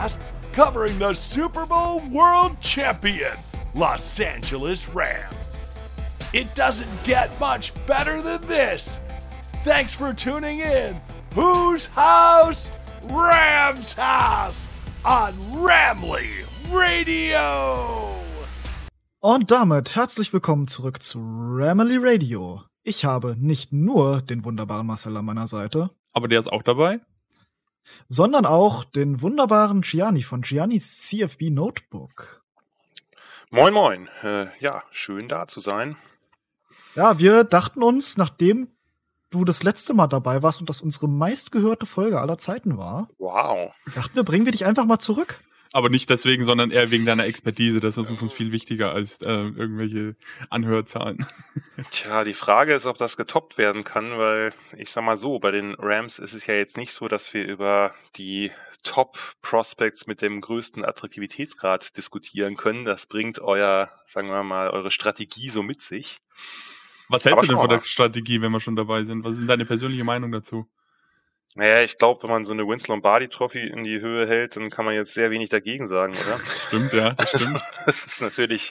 podcast covering the Super Bowl world champion, Los Angeles Rams. It doesn't get much better than this. Thanks for tuning in. Whose House? Rams House on Ramley Radio. Und damit herzlich willkommen zurück zu Ramley Radio. Ich habe nicht nur den wunderbaren Marcel an meiner Seite, aber der ist auch dabei, sondern auch den wunderbaren Gianni von Giannis CFB Notebook. Moin, moin. Ja, schön da zu sein. Ja, wir dachten uns, nachdem du das letzte Mal dabei warst und das unsere meistgehörte Folge aller Zeiten war, wow, dachten wir, bringen wir dich einfach mal zurück. Aber nicht deswegen, sondern eher wegen deiner Expertise. Das ist uns viel wichtiger als irgendwelche Anhörzahlen. Tja, die Frage ist, ob das getoppt werden kann, weil ich sag mal so, bei den Rams ist es ja jetzt nicht so, dass wir über die Top-Prospects mit dem größten Attraktivitätsgrad diskutieren können. Das bringt eure Strategie so mit sich. Was hältst du denn von der Strategie, wenn wir schon dabei sind? Was ist denn deine persönliche Meinung dazu? Naja, ich glaube, wenn man so eine Vince Lombardi Trophy in die Höhe hält, dann kann man jetzt sehr wenig dagegen sagen, oder? Stimmt, ja, das stimmt. Das ist natürlich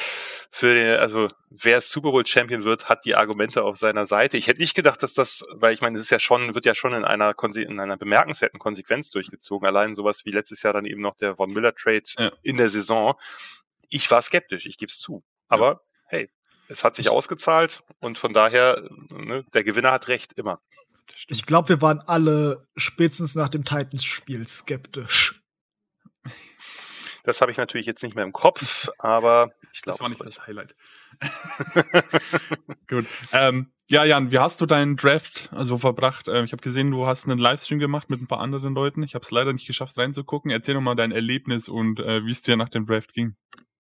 wer Super Bowl Champion wird, hat die Argumente auf seiner Seite. Ich hätte nicht gedacht, dass das, weil ich meine, es ist ja schon, wird ja schon in einer bemerkenswerten Konsequenz durchgezogen. Allein sowas wie letztes Jahr dann eben noch der Von Miller Trade in der Saison. Ich war skeptisch, ich gebe es zu. Aber hey, es hat sich ausgezahlt und von daher, der Gewinner hat recht, immer. Ich glaube, wir waren alle spätestens nach dem Titans-Spiel skeptisch. Das habe ich natürlich jetzt nicht mehr im Kopf, aber ich glaube, das war nicht das Highlight. Gut. Ja, Jan, wie hast du deinen Draft verbracht? Ich habe gesehen, du hast einen Livestream gemacht mit ein paar anderen Leuten. Ich habe es leider nicht geschafft, reinzugucken. Erzähl doch mal dein Erlebnis und wie es dir nach dem Draft ging.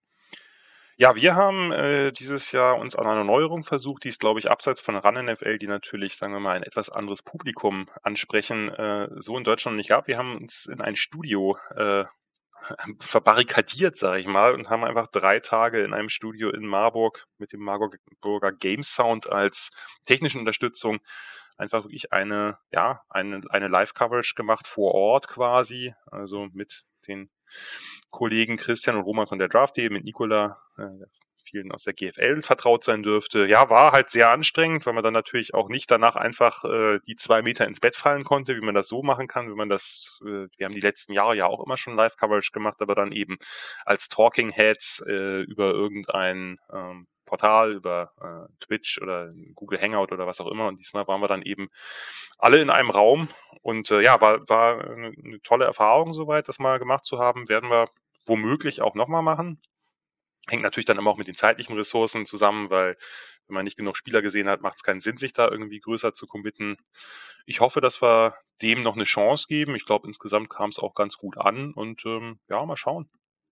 Ja, wir haben dieses Jahr uns an einer Neuerung versucht, die ist, glaube ich, abseits von Run NFL, die natürlich, sagen wir mal, ein etwas anderes Publikum ansprechen, so in Deutschland nicht gab. Wir haben uns in ein Studio verbarrikadiert, sage ich mal, und haben einfach 3 Tage in einem Studio in Marburg mit dem Marburger Game Sound als technische Unterstützung einfach wirklich eine Live-Coverage gemacht vor Ort quasi, also mit den Kollegen Christian und Roman von der Draft.de, mit Nicola, vielen aus der GFL vertraut sein dürfte. Ja, war halt sehr anstrengend, weil man dann natürlich auch nicht danach einfach die 2 Meter ins Bett fallen konnte, wie man das so machen kann, wir haben die letzten Jahre ja auch immer schon Live-Coverage gemacht, aber dann eben als Talking Heads über irgendein Portal, über Twitch oder Google Hangout oder was auch immer. Und diesmal waren wir dann eben alle in einem Raum. Und war eine tolle Erfahrung soweit, das mal gemacht zu haben. Werden wir womöglich auch nochmal machen. Hängt natürlich dann immer auch mit den zeitlichen Ressourcen zusammen, weil wenn man nicht genug Spieler gesehen hat, macht es keinen Sinn, sich da irgendwie größer zu committen. Ich hoffe, dass wir dem noch eine Chance geben. Ich glaube, insgesamt kam es auch ganz gut an. Und mal schauen.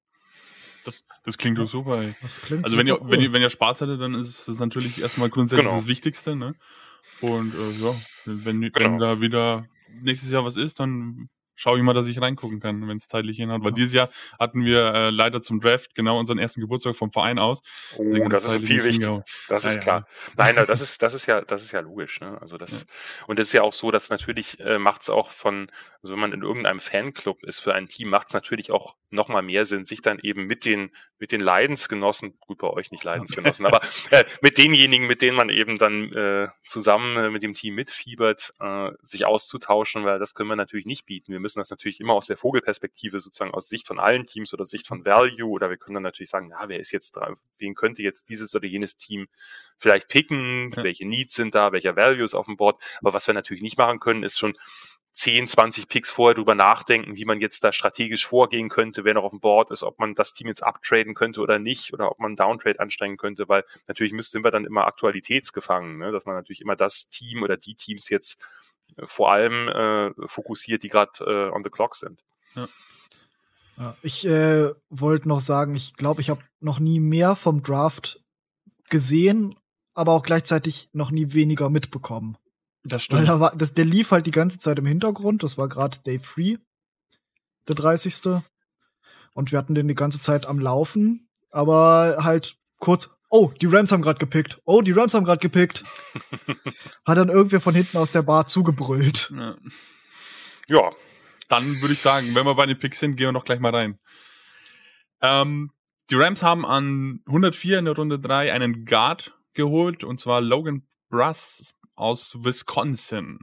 Das klingt doch super, ey. Das klingt also super wenn ihr Spaß hattet, dann ist das natürlich erstmal grundsätzlich das Wichtigste, ne? Und wenn da wieder nächstes Jahr was ist, dann schaue ich mal, dass ich reingucken kann, wenn es zeitlich hinhaut. Weil dieses Jahr hatten wir leider zum Draft genau unseren ersten Geburtstag vom Verein aus. Oh, das ist viel wichtig. Das ist klar. Nein, das ist ja logisch. Ne? Also und es ist ja auch so, dass natürlich macht es auch wenn man in irgendeinem Fanclub ist für ein Team, macht es natürlich auch nochmal mehr Sinn, sich dann eben mit den Leidensgenossen, gut bei euch nicht Leidensgenossen, aber mit denjenigen, mit denen man eben dann zusammen mit dem Team mitfiebert, sich auszutauschen, weil das können wir natürlich nicht bieten. Wir müssen das natürlich immer aus der Vogelperspektive sozusagen aus Sicht von allen Teams oder Sicht von Value, oder wir können dann natürlich sagen, wer ist jetzt dran, wen könnte jetzt dieses oder jenes Team vielleicht picken, welche Needs sind da, welcher Value ist auf dem Board, aber was wir natürlich nicht machen können, ist schon 10, 20 Picks vorher drüber nachdenken, wie man jetzt da strategisch vorgehen könnte, wer noch auf dem Board ist, ob man das Team jetzt uptraden könnte oder nicht, oder ob man einen Downtrade anstrengen könnte, weil natürlich sind wir dann immer aktualitätsgefangen, ne? Dass man natürlich immer das Team oder die Teams jetzt vor allem fokussiert, die gerade on the clock sind. Ja, ich wollte noch sagen, ich glaube, ich habe noch nie mehr vom Draft gesehen, aber auch gleichzeitig noch nie weniger mitbekommen. Das stimmt. Weil der lief halt die ganze Zeit im Hintergrund. Das war gerade Day 3, der 30. Und wir hatten den die ganze Zeit am Laufen. Aber halt kurz, die Rams haben gerade gepickt. Hat dann irgendwer von hinten aus der Bar zugebrüllt. Ja, Dann würde ich sagen, wenn wir bei den Picks sind, gehen wir noch gleich mal rein. Die Rams haben an 104 in der Runde 3 einen Guard geholt, und zwar Logan Bruss aus Wisconsin.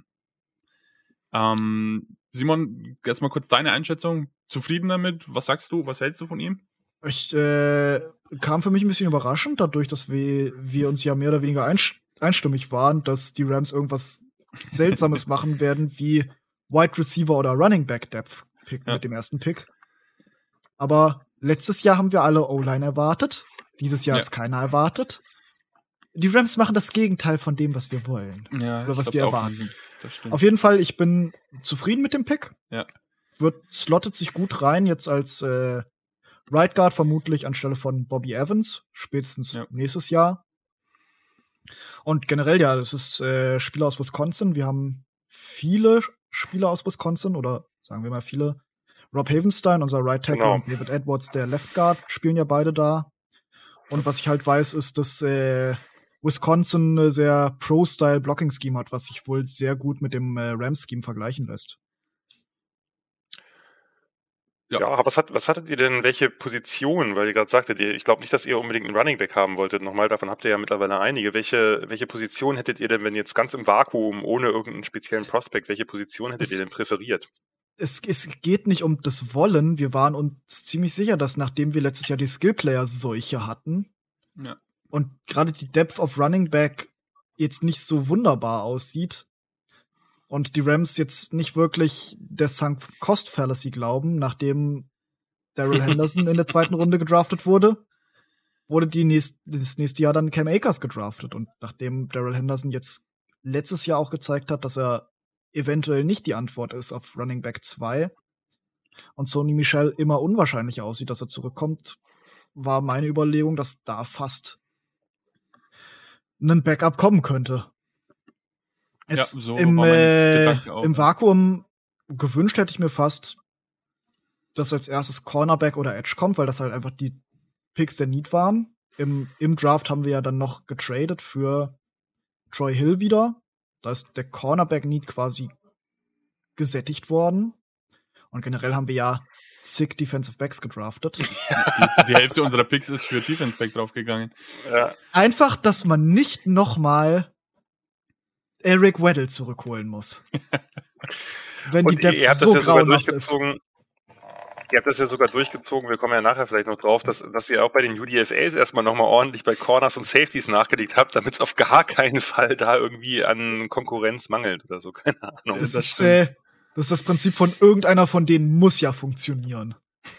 Simon, jetzt mal kurz deine Einschätzung. Zufrieden damit? Was sagst du? Was hältst du von ihm? Kam für mich ein bisschen überraschend, dadurch, dass wir uns ja mehr oder weniger einstimmig waren, dass die Rams irgendwas Seltsames machen werden, wie Wide Receiver oder Running Back Depth Pick mit dem ersten Pick. Aber letztes Jahr haben wir alle O-Line erwartet. Dieses Jahr hat es keiner erwartet. Die Rams machen das Gegenteil von dem, was wir wollen. Ja, oder was wir erwarten. Das stimmt. Auf jeden Fall, ich bin zufrieden mit dem Pick. Ja. Slottet sich gut rein, jetzt als Right Guard vermutlich anstelle von Bobby Evans, spätestens nächstes Jahr. Und generell, ja, das ist Spieler aus Wisconsin. Wir haben viele Spieler aus Wisconsin, oder sagen wir mal viele. Rob Havenstein, unser Right Tackle, und David Edwards, der Left Guard, spielen ja beide da. Und was ich halt weiß, ist, dass Wisconsin eine sehr Pro-Style-Blocking-Scheme hat, was sich wohl sehr gut mit dem Rams-Scheme vergleichen lässt. Ja, aber was hattet ihr denn, welche Position? Weil ihr gerade sagtet, ich glaube nicht, dass ihr unbedingt einen Running Back haben wolltet. Nochmal, davon habt ihr ja mittlerweile einige. Welche Position hättet ihr denn, wenn jetzt ganz im Vakuum, ohne irgendeinen speziellen Prospect, welche Position hättet ihr denn präferiert? Es geht nicht um das Wollen. Wir waren uns ziemlich sicher, dass nachdem wir letztes Jahr die Skill-Player-Seuche hatten und gerade die Depth of Running Back jetzt nicht so wunderbar aussieht und die Rams jetzt nicht wirklich der Sunk-Cost-Fallacy glauben, nachdem Darrell Henderson in der 2. Runde gedraftet wurde das nächste Jahr dann Cam Akers gedraftet. Und nachdem Darrell Henderson jetzt letztes Jahr auch gezeigt hat, dass er eventuell nicht die Antwort ist auf Running Back 2 und Sony Michel immer unwahrscheinlicher aussieht, dass er zurückkommt, war meine Überlegung, dass da fast ein Backup kommen könnte. Jetzt so im im Vakuum gewünscht hätte ich mir fast, dass als erstes Cornerback oder Edge kommt, weil das halt einfach die Picks der Need waren. Im Draft haben wir ja dann noch getradet für Troy Hill wieder. Da ist der Cornerback-Need quasi gesättigt worden. Und generell haben wir ja zig Defensive Backs gedraftet. Die Hälfte unserer Picks ist für Defense Back draufgegangen. Ja. Einfach, dass man nicht noch-mal Eric Weddle zurückholen muss. Wenn die Depth so grauenhaft ist. Ihr habt das ja sogar durchgezogen, wir kommen ja nachher vielleicht noch drauf, dass ihr auch bei den UDFAs erstmal nochmal ordentlich bei Corners und Safeties nachgelegt habt, damit es auf gar keinen Fall da irgendwie an Konkurrenz mangelt oder so, keine Ahnung. Das ist das Prinzip von irgendeiner von denen muss ja funktionieren.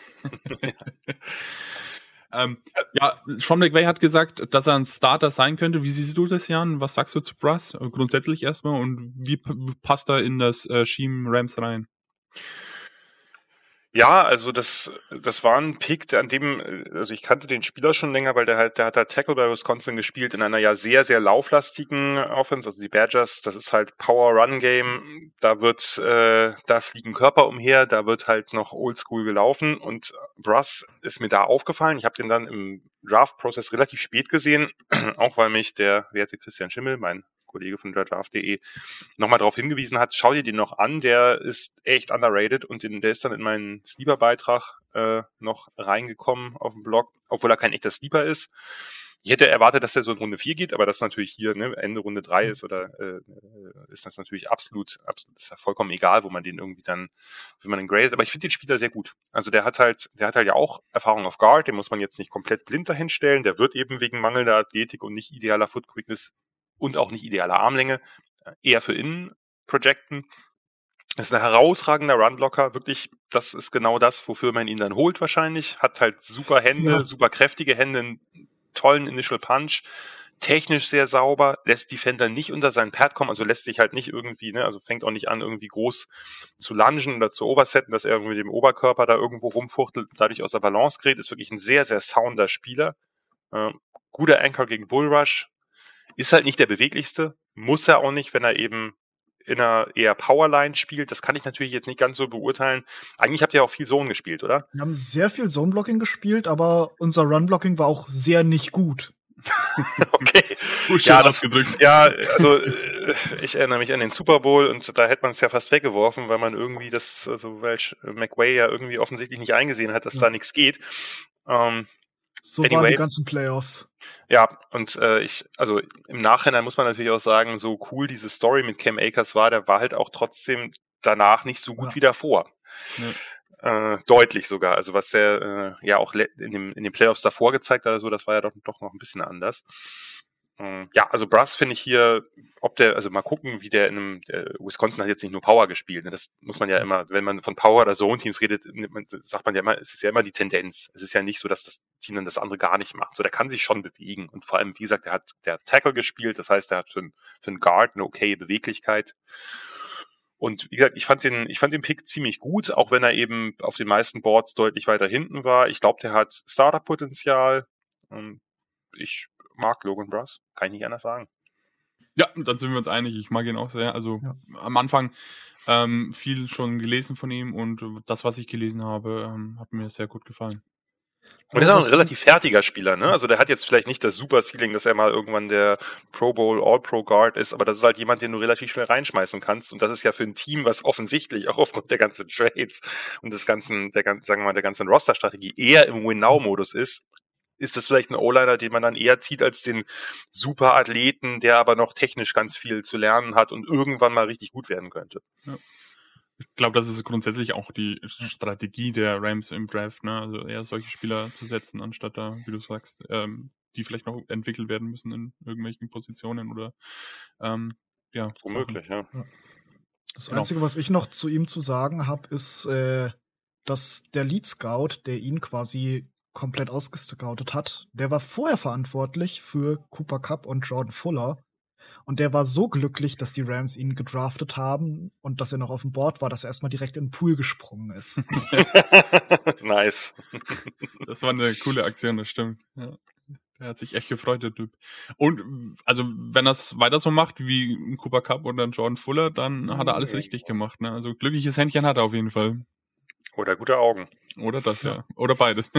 Sean McVay hat gesagt, dass er ein Starter sein könnte. Wie siehst du das, Jan? Was sagst du zu Bruss? Grundsätzlich erstmal, und wie passt er in das Scheme Rams rein? Ja, also das war ein Pick, an dem, also ich kannte den Spieler schon länger, weil der hat Tackle bei Wisconsin gespielt in einer ja sehr, sehr lauflastigen Offense, also die Badgers, das ist halt Power-Run-Game, da fliegen Körper umher, da wird halt noch Oldschool gelaufen, und Bruss ist mir da aufgefallen, ich habe den dann im Draft-Prozess relativ spät gesehen, auch weil mich der werte Christian Schimmel, mein Kollege von draft.de, nochmal darauf hingewiesen hat, schau dir den noch an, der ist echt underrated, und der ist dann in meinen Sleeper-Beitrag noch reingekommen auf dem Blog, obwohl er kein echter Sleeper ist. Ich hätte erwartet, dass der so in Runde 4 geht, aber das natürlich hier Ende Runde 3 ist, oder ist das natürlich absolut, ist ja vollkommen egal, wo man den irgendwie dann, wenn man den gradet, aber ich finde den Spieler sehr gut. Also der hat halt ja auch Erfahrung auf Guard, den muss man jetzt nicht komplett blind dahinstellen, der wird eben wegen mangelnder Athletik und nicht idealer Foot Quickness und auch nicht idealer Armlänge eher für innen projecten. Das ist ein herausragender Runblocker, wirklich, das ist genau das, wofür man ihn dann holt wahrscheinlich. Hat halt super Hände, super kräftige Hände, einen tollen Initial Punch, technisch sehr sauber, lässt Defender nicht unter seinen Pad kommen, also lässt sich halt nicht irgendwie, also fängt auch nicht an, irgendwie groß zu lungen oder zu oversetten, dass er irgendwie mit dem Oberkörper da irgendwo rumfuchtelt, dadurch aus der Balance gerät, ist wirklich ein sehr, sehr sounder Spieler. Guter Anchor gegen Bullrush, ist halt nicht der beweglichste, muss er auch nicht, wenn er eben in einer eher Powerline spielt. Das kann ich natürlich jetzt nicht ganz so beurteilen. Eigentlich habt ihr auch viel Zone gespielt, oder? Wir haben sehr viel Zone-Blocking gespielt, aber unser Run-Blocking war auch sehr nicht gut. Okay. Ja, also ich erinnere mich an den Super Bowl und da hätte man es ja fast weggeworfen, weil man irgendwie weil McVay ja irgendwie offensichtlich nicht eingesehen hat, dass da nichts geht. So waren die ganzen Playoffs. Ja, und also im Nachhinein muss man natürlich auch sagen, so cool diese Story mit Cam Akers war, der war halt auch trotzdem danach nicht so gut wie davor. Ja. Deutlich sogar. Also was der ja auch in den Playoffs davor gezeigt hat, das war ja doch noch ein bisschen anders. Ja, also Brass finde ich hier, also mal gucken, wie der Wisconsin hat jetzt nicht nur Power gespielt, ne? Das muss man ja immer, wenn man von Power oder Zone-Teams redet, sagt man ja immer, es ist ja immer die Tendenz. Es ist ja nicht so, dass das Team dann das andere gar nicht macht. So, der kann sich schon bewegen und vor allem, wie gesagt, der hat Tackle gespielt, das heißt, der hat für einen Guard eine okaye Beweglichkeit. Und wie gesagt, ich fand den Pick ziemlich gut, auch wenn er eben auf den meisten Boards deutlich weiter hinten war. Ich glaube, der hat Starter-Potenzial. Ich mag Logan Brass, kann ich nicht anders sagen. Ja, dann sind wir uns einig. Ich mag ihn auch sehr. Also am Anfang viel schon gelesen von ihm und das, was ich gelesen habe, hat mir sehr gut gefallen. Und er ist auch ein relativ fertiger Spieler, ne? Also der hat jetzt vielleicht nicht das Super-Ceiling, dass er mal irgendwann der Pro Bowl All-Pro Guard ist, aber das ist halt jemand, den du relativ schnell reinschmeißen kannst. Und das ist ja für ein Team, was offensichtlich auch aufgrund der ganzen Trades und der ganzen Roster-Strategie eher im Win-Now-Modus ist das vielleicht ein O-Liner, den man dann eher zieht als den Super-Athleten, der aber noch technisch ganz viel zu lernen hat und irgendwann mal richtig gut werden könnte. Ja. Ich glaube, das ist grundsätzlich auch die Strategie der Rams im Draft, ne? Also eher solche Spieler zu setzen, anstatt da, wie du sagst, die vielleicht noch entwickelt werden müssen in irgendwelchen Positionen oder womöglich, ja. Das Einzige, was ich noch zu ihm zu sagen habe, ist, dass der Lead Scout, der ihn quasi komplett ausgescoutet hat, der war vorher verantwortlich für Cooper Kupp und Jordan Fuller. Und der war so glücklich, dass die Rams ihn gedraftet haben und dass er noch auf dem Board war, dass er erstmal direkt in den Pool gesprungen ist. Nice. Das war eine coole Aktion, das stimmt. Ja. Der hat sich echt gefreut, der Typ. Und also, wenn er es weiter so macht wie ein Cooper Kupp oder ein Jordan Fuller, dann hat er alles richtig gemacht. Ne? Also glückliches Händchen hat er auf jeden Fall. Oder gute Augen. Oder das, ja. Oder beides.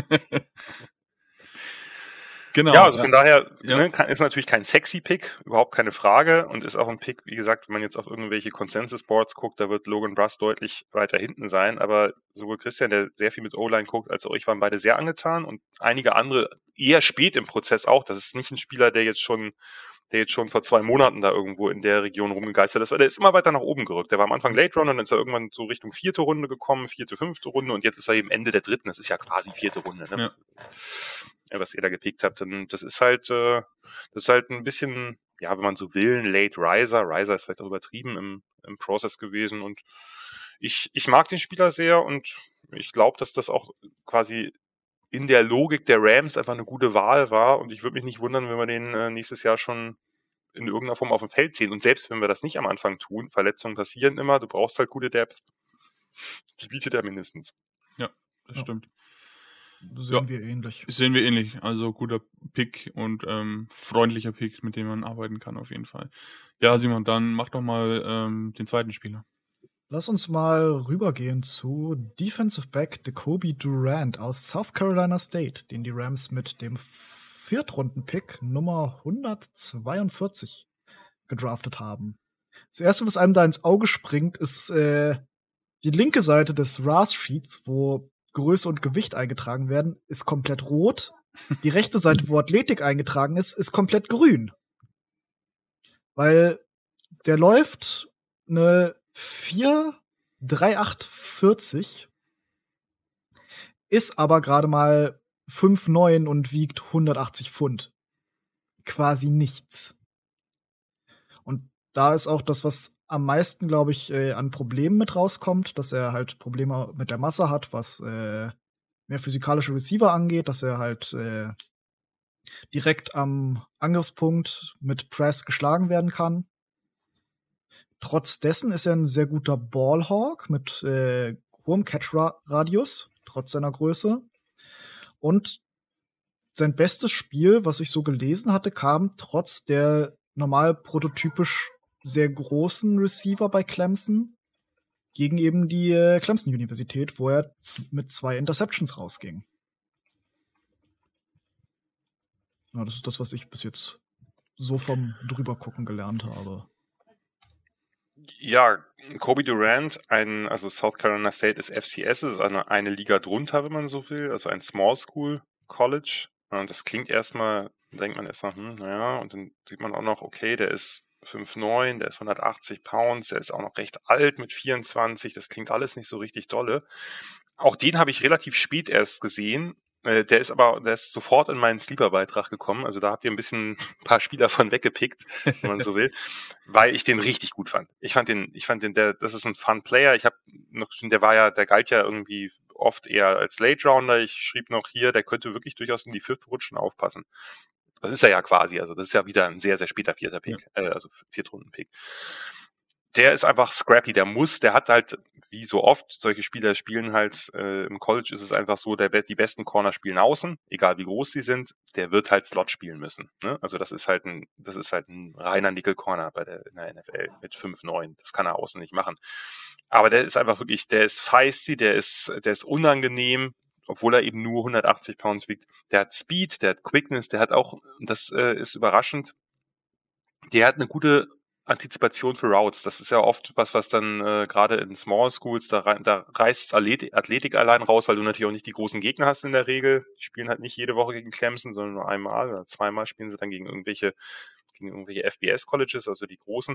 Genau. Ja, also von daher ist natürlich kein sexy Pick, überhaupt keine Frage und ist auch ein Pick, wie gesagt, wenn man jetzt auf irgendwelche Consensus-Boards guckt, da wird Logan Brass deutlich weiter hinten sein, aber sowohl Christian, der sehr viel mit O-Line guckt, als auch ich waren beide sehr angetan und einige andere eher spät im Prozess auch. Das ist nicht ein Spieler, der jetzt schon vor 2 Monaten da irgendwo in der Region rumgegeistert ist, weil der ist immer weiter nach oben gerückt. Der war am Anfang Late Runner, dann ist er irgendwann so Richtung 4. Runde gekommen, 4., 5. Runde und jetzt ist er eben Ende der 3. Das ist ja quasi 4. Runde, ne? Ja. Was ihr da gepickt habt. Und das ist halt ein bisschen, ja, wenn man so will, ein Late Riser. Riser ist vielleicht auch übertrieben im Process gewesen und ich mag den Spieler sehr und ich glaube, dass das auch quasi in der Logik der Rams einfach eine gute Wahl war und ich würde mich nicht wundern, wenn wir den nächstes Jahr schon in irgendeiner Form auf dem Feld sehen. Und selbst wenn wir das nicht am Anfang tun, Verletzungen passieren immer, du brauchst halt gute Depth. Die bietet er mindestens. Ja, das stimmt. Sehen wir ähnlich. Sehen wir ähnlich. Also guter Pick und freundlicher Pick, mit dem man arbeiten kann auf jeden Fall. Ja, Simon, dann mach doch mal den zweiten Spieler. Lass uns mal rübergehen zu Defensive Back Jacoby Durant aus South Carolina State, den die Rams mit dem 4. Runden-Pick Nummer 142 gedraftet haben. Das erste, was einem da ins Auge springt, ist die linke Seite des RAS-Sheets, wo Größe und Gewicht eingetragen werden, ist komplett rot. Die rechte Seite, wo Athletik eingetragen ist komplett grün. Weil der läuft eine 4,38,40, ist aber gerade mal 5,9 und wiegt 180 Pfund. Quasi nichts. Und da ist auch das, was am meisten, glaube ich, an Problemen mit rauskommt, dass er halt Probleme mit der Masse hat, was mehr physikalische Receiver angeht, dass er halt direkt am Angriffspunkt mit Press geschlagen werden kann. Trotz dessen ist er ein sehr guter Ballhawk mit hohem Catch-Radius, trotz seiner Größe. Und sein bestes Spiel, was ich so gelesen hatte, kam trotz der normal prototypisch sehr großen Receiver bei Clemson gegen eben die Clemson-Universität, wo er mit 2 Interceptions rausging. Ja, das ist das, was ich bis jetzt so vom Drübergucken gelernt habe. Ja, Kobe Durant, also South Carolina State ist FCS, ist eine Liga drunter, wenn man so will, also ein Small School College. Und das klingt erstmal, denkt man erstmal, naja, und dann sieht man auch noch, okay, der ist 5'9", der ist 180 Pounds, der ist auch noch recht alt mit 24, das klingt alles nicht so richtig dolle. Auch den habe ich relativ spät erst gesehen. Der ist sofort in meinen Sleeper-Beitrag gekommen. Also da habt ihr ein paar Spieler von weggepickt, wenn man so will, weil ich den richtig gut fand. Ich fand den, das ist ein Fun-Player. Der galt ja irgendwie oft eher als Late-Rounder. Ich schrieb noch hier, der könnte wirklich durchaus in die Fifth rutschen, aufpassen. Das ist er ja quasi. Also das ist ja wieder ein sehr, sehr später Viertrunden-Pick. Der ist einfach scrappy, der hat halt, wie so oft, solche Spieler spielen halt, im College ist es einfach so, die besten Corner spielen außen, egal wie groß sie sind, der wird halt Slot spielen müssen, ne? Also das ist halt ein reiner Nickel-Corner in der NFL mit 5'9", das kann er außen nicht machen. Aber der ist einfach wirklich, der ist feisty, der ist unangenehm, obwohl er eben nur 180 Pounds wiegt. Der hat Speed, der hat Quickness, der hat auch, das ist überraschend, der hat eine gute Antizipation für Routes. Das ist ja oft was dann gerade in Small Schools, da reißt Athletik allein raus, weil du natürlich auch nicht die großen Gegner hast in der Regel. Die spielen halt nicht jede Woche gegen Clemson, sondern nur einmal oder zweimal spielen sie dann gegen irgendwelche FBS-Colleges, also die großen.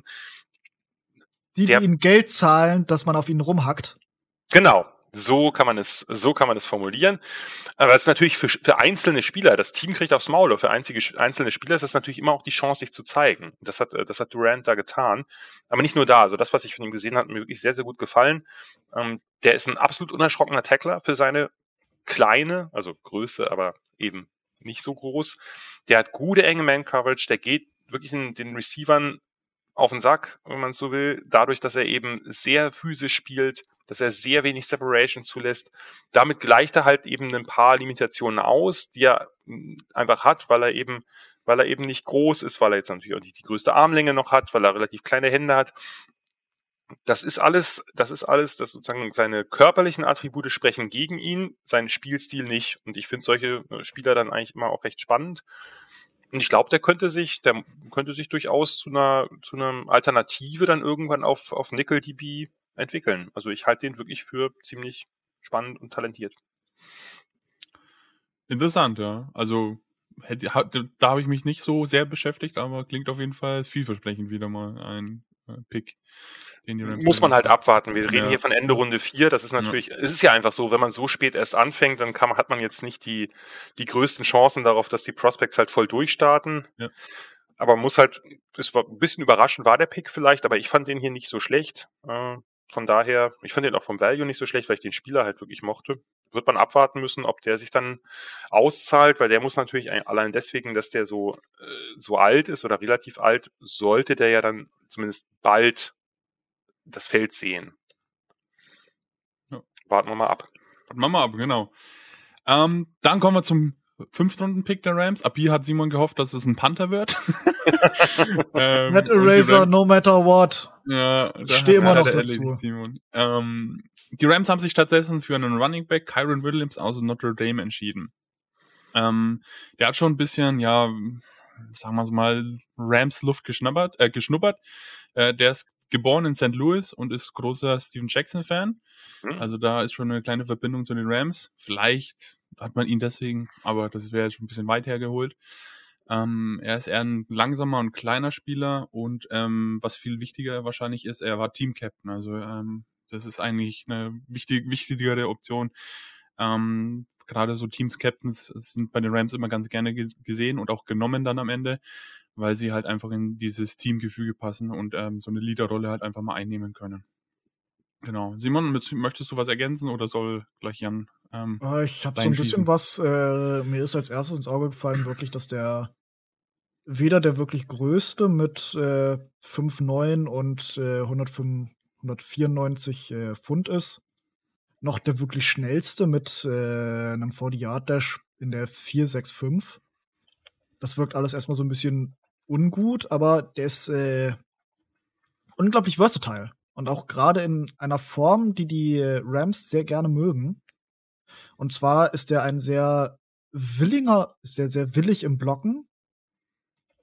Die ihnen Geld zahlen, dass man auf ihnen rumhackt. Genau. So kann man es formulieren. Aber es ist natürlich für einzelne Spieler, das Team kriegt aufs Maul, oder für einzelne Spieler ist das natürlich immer auch die Chance, sich zu zeigen. Das hat Durant da getan. Aber nicht nur da. Also das, was ich von ihm gesehen habe, hat mir wirklich sehr, sehr gut gefallen. Der ist ein absolut unerschrockener Tackler für seine kleine, also Größe, aber eben nicht so groß. Der hat gute enge Man-Coverage, der geht wirklich den Receivern auf den Sack, wenn man es so will, dadurch, dass er eben sehr physisch spielt, dass er sehr wenig Separation zulässt. Damit gleicht er halt eben ein paar Limitationen aus, die er einfach hat, weil er eben nicht groß ist, weil er jetzt natürlich auch nicht die größte Armlänge noch hat, weil er relativ kleine Hände hat. Das ist alles, dass sozusagen seine körperlichen Attribute sprechen gegen ihn, seinen Spielstil nicht. Und ich finde solche Spieler dann eigentlich immer auch recht spannend. Und ich glaube, der könnte sich durchaus zu einer Alternative dann irgendwann auf Nickel-DB entwickeln. Also ich halte den wirklich für ziemlich spannend und talentiert. Interessant, ja. Also da habe ich mich nicht so sehr beschäftigt, aber klingt auf jeden Fall vielversprechend wieder mal ein Pick. Den die Rams muss man halt abwarten. Wir reden hier von Ende Runde 4. Das ist natürlich, es ist ja einfach so, wenn man so spät erst anfängt, dann hat man jetzt nicht die größten Chancen darauf, dass die Prospects halt voll durchstarten. Ja. Aber es war ein bisschen überraschend, war der Pick vielleicht, aber ich fand den hier nicht so schlecht. Von daher, ich fand den auch vom Value nicht so schlecht, weil ich den Spieler halt wirklich mochte. Wird man abwarten müssen, ob der sich dann auszahlt, weil der muss natürlich allein deswegen, dass der so alt ist oder relativ alt, sollte der ja dann zumindest bald das Feld sehen. Ja. Warten wir mal ab. Genau. Dann kommen wir zum 5-Runden-Pick der Rams. Ab hier hat Simon gehofft, dass es ein Panther wird. Matt Eraser, no matter what. Ja, ich stehe immer noch dazu. Simon. Die Rams haben sich stattdessen für einen Running Back, Kyren Williams, aus Notre Dame entschieden. Der hat schon ein bisschen, sagen wir es mal, Rams Luft geschnuppert. Der ist geboren in St. Louis und ist großer Steven Jackson-Fan. Also da ist schon eine kleine Verbindung zu den Rams. Vielleicht hat man ihn deswegen, aber das wäre schon ein bisschen weit hergeholt. Er ist eher ein langsamer und kleiner Spieler und was viel wichtiger wahrscheinlich ist, er war Team-Captain. Also das ist eigentlich eine wichtigere Option. Gerade so Teams-Captains sind bei den Rams immer ganz gerne gesehen und auch genommen dann am Ende, weil sie halt einfach in dieses Teamgefüge passen und so eine Leaderrolle halt einfach mal einnehmen können. Genau. Simon, möchtest du was ergänzen oder soll gleich Jan ich habe so ein bisschen was, mir ist als erstes ins Auge gefallen, wirklich, dass der weder der wirklich größte mit 5'9" und 194 Pfund ist, noch der wirklich schnellste mit einem 40-Yard-Dash in der 4,65. Das wirkt alles erstmal so ein bisschen ungut, aber der ist unglaublich versatile. Und auch gerade in einer Form, die Rams sehr gerne mögen. Und zwar ist er sehr willig im Blocken.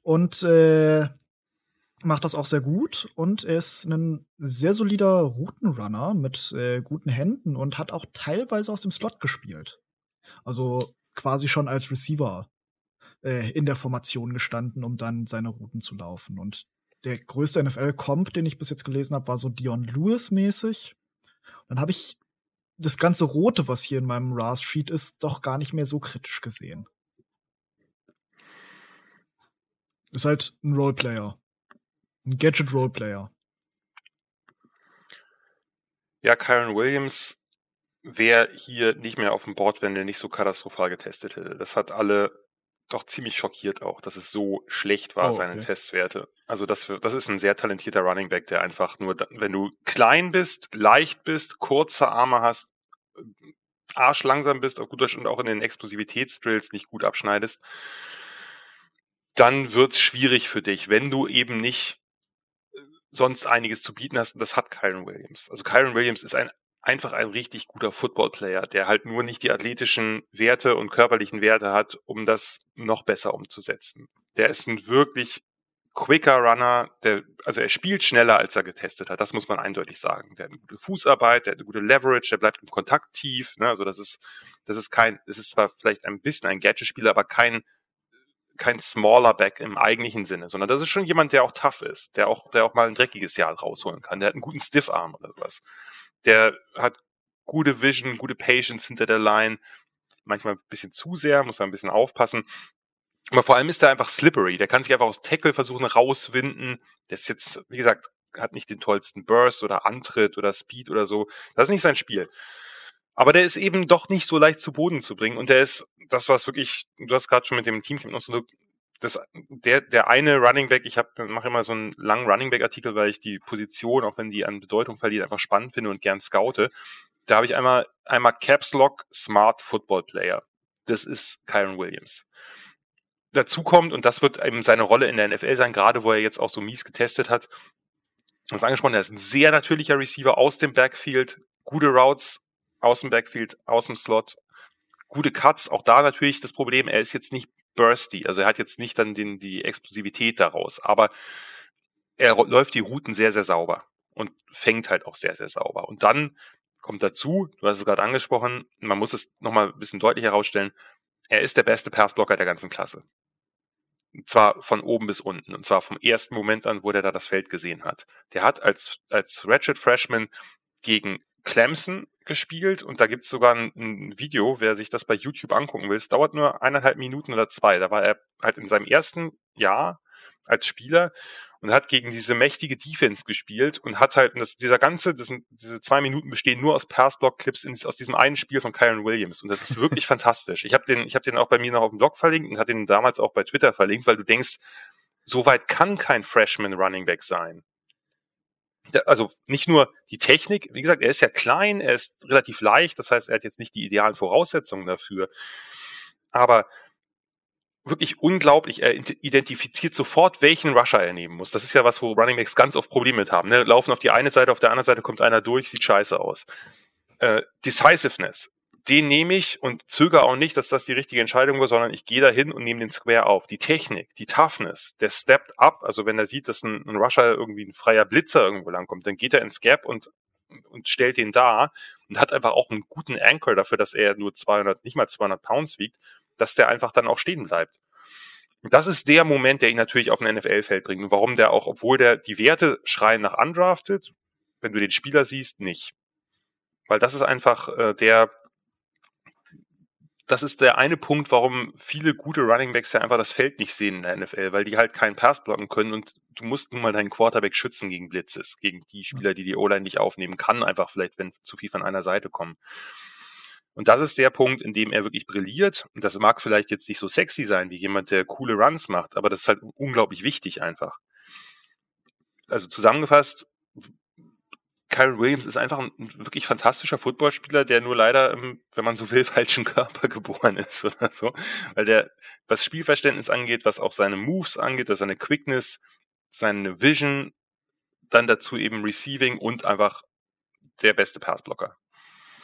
und macht das auch sehr gut. Und er ist ein sehr solider Routenrunner mit guten Händen und hat auch teilweise aus dem Slot gespielt. Also quasi schon als Receiver in der Formation gestanden, um dann seine Routen zu laufen. Und der größte NFL-Comp, den ich bis jetzt gelesen habe, war so Dion Lewis-mäßig. Dann habe ich das ganze Rote, was hier in meinem RAS-Sheet ist, doch gar nicht mehr so kritisch gesehen. Ist halt ein Roleplayer. Ein Gadget-Roleplayer. Ja, Kyren Williams wäre hier nicht mehr auf dem Board, wenn er nicht so katastrophal getestet hätte. Das hat alle doch ziemlich schockiert auch, dass es so schlecht war, seine Testwerte. Also das ist ein sehr talentierter Running Back, der einfach nur, wenn du klein bist, leicht bist, kurze Arme hast, arschlangsam bist, auf gut Deutsch, und auch in den Explosivitätsdrills nicht gut abschneidest, dann wird's schwierig für dich, wenn du eben nicht sonst einiges zu bieten hast, und das hat Kyren Williams. Also Kyren Williams ist einfach ein richtig guter Football-Player, der halt nur nicht die athletischen Werte und körperlichen Werte hat, um das noch besser umzusetzen. Der ist ein wirklich quicker Runner, also er spielt schneller, als er getestet hat, das muss man eindeutig sagen. Der hat eine gute Fußarbeit, der hat eine gute Leverage, der bleibt im Kontakt tief, ne? Also das ist zwar vielleicht ein bisschen ein Gadget-Spieler, aber kein smaller Back im eigentlichen Sinne, sondern das ist schon jemand, der auch tough ist, der auch mal ein dreckiges Jahr rausholen kann, der hat einen guten Stiffarm oder sowas. Der hat gute Vision, gute Patience hinter der Line, manchmal ein bisschen zu sehr, muss man ein bisschen aufpassen. Aber vor allem ist er einfach slippery. Der kann sich einfach aus Tackle versuchen rauswinden. Der ist jetzt, wie gesagt, hat nicht den tollsten Burst oder Antritt oder Speed oder so. Das ist nicht sein Spiel. Aber der ist eben doch nicht so leicht zu Boden zu bringen. Und der ist, das was wirklich, du hast gerade schon mit dem Teamcamp noch so, der eine Running Back, mache immer so einen langen Running Back Artikel, weil ich die Position, auch wenn die an Bedeutung verliert, einfach spannend finde und gern scoute. Da habe ich einmal Caps Lock Smart Football Player. Das ist Kyren Williams. Dazu kommt, und das wird eben seine Rolle in der NFL sein, gerade wo er jetzt auch so mies getestet hat, du hast angesprochen, er ist ein sehr natürlicher Receiver aus dem Backfield, gute Routes aus dem Backfield, aus dem Slot, gute Cuts, auch da natürlich das Problem, er ist jetzt nicht bursty, also er hat jetzt nicht dann die Explosivität daraus, aber er läuft die Routen sehr, sehr sauber und fängt halt auch sehr, sehr sauber. Und dann kommt dazu, du hast es gerade angesprochen, man muss es nochmal ein bisschen deutlicher herausstellen, er ist der beste Passblocker der ganzen Klasse. Und zwar von oben bis unten. Und zwar vom ersten Moment an, wo der da das Feld gesehen hat. Der hat als Ratchet Freshman gegen Clemson gespielt und da gibt's sogar ein Video, wer sich das bei YouTube angucken will. Es dauert nur 1,5 Minuten oder 2. Da war er halt in seinem ersten Jahr als Spieler und hat gegen diese mächtige Defense gespielt und hat halt, diese 2 Minuten bestehen nur aus Passblock-Clips aus diesem einen Spiel von Kyren Williams und das ist wirklich fantastisch. Ich hab den auch bei mir noch auf dem Blog verlinkt und hatte den damals auch bei Twitter verlinkt, weil du denkst, so weit kann kein Freshman Running Back sein. Also nicht nur die Technik, wie gesagt, er ist ja klein, er ist relativ leicht, das heißt, er hat jetzt nicht die idealen Voraussetzungen dafür, aber wirklich unglaublich, er identifiziert sofort, welchen Rusher er nehmen muss. Das ist ja was, wo Running Backs ganz oft Probleme mit haben. Ne? Laufen auf die eine Seite, auf der anderen Seite kommt einer durch, sieht scheiße aus. Decisiveness, den nehme ich und zögere auch nicht, dass das die richtige Entscheidung war, sondern ich gehe da hin und nehme den Square auf. Die Technik, die Toughness, der stepped up, also wenn er sieht, dass ein Rusher irgendwie ein freier Blitzer irgendwo langkommt, dann geht er ins Gap und stellt den da und hat einfach auch einen guten Anchor dafür, dass er nur nicht mal 200 Pounds wiegt, dass der einfach dann auch stehen bleibt. Und das ist der Moment, der ihn natürlich auf ein NFL-Feld bringt. Und warum der auch, obwohl die Werte schreien nach undrafted, wenn du den Spieler siehst, nicht. Weil das ist einfach das ist der eine Punkt, warum viele gute Runningbacks ja einfach das Feld nicht sehen in der NFL, weil die halt keinen Pass blocken können und du musst nun mal deinen Quarterback schützen gegen Blitzes, gegen die Spieler, die O-Line nicht aufnehmen kann, einfach vielleicht, wenn zu viel von einer Seite kommen. Und das ist der Punkt, in dem er wirklich brilliert. Und das mag vielleicht jetzt nicht so sexy sein, wie jemand, der coole Runs macht, aber das ist halt unglaublich wichtig einfach. Also zusammengefasst, Kyren Williams ist einfach ein wirklich fantastischer Footballspieler, der nur leider im, wenn man so will, falschen Körper geboren ist oder so. Weil der, was Spielverständnis angeht, was auch seine Moves angeht, was seine Quickness, seine Vision, dann dazu eben Receiving und einfach der beste Passblocker.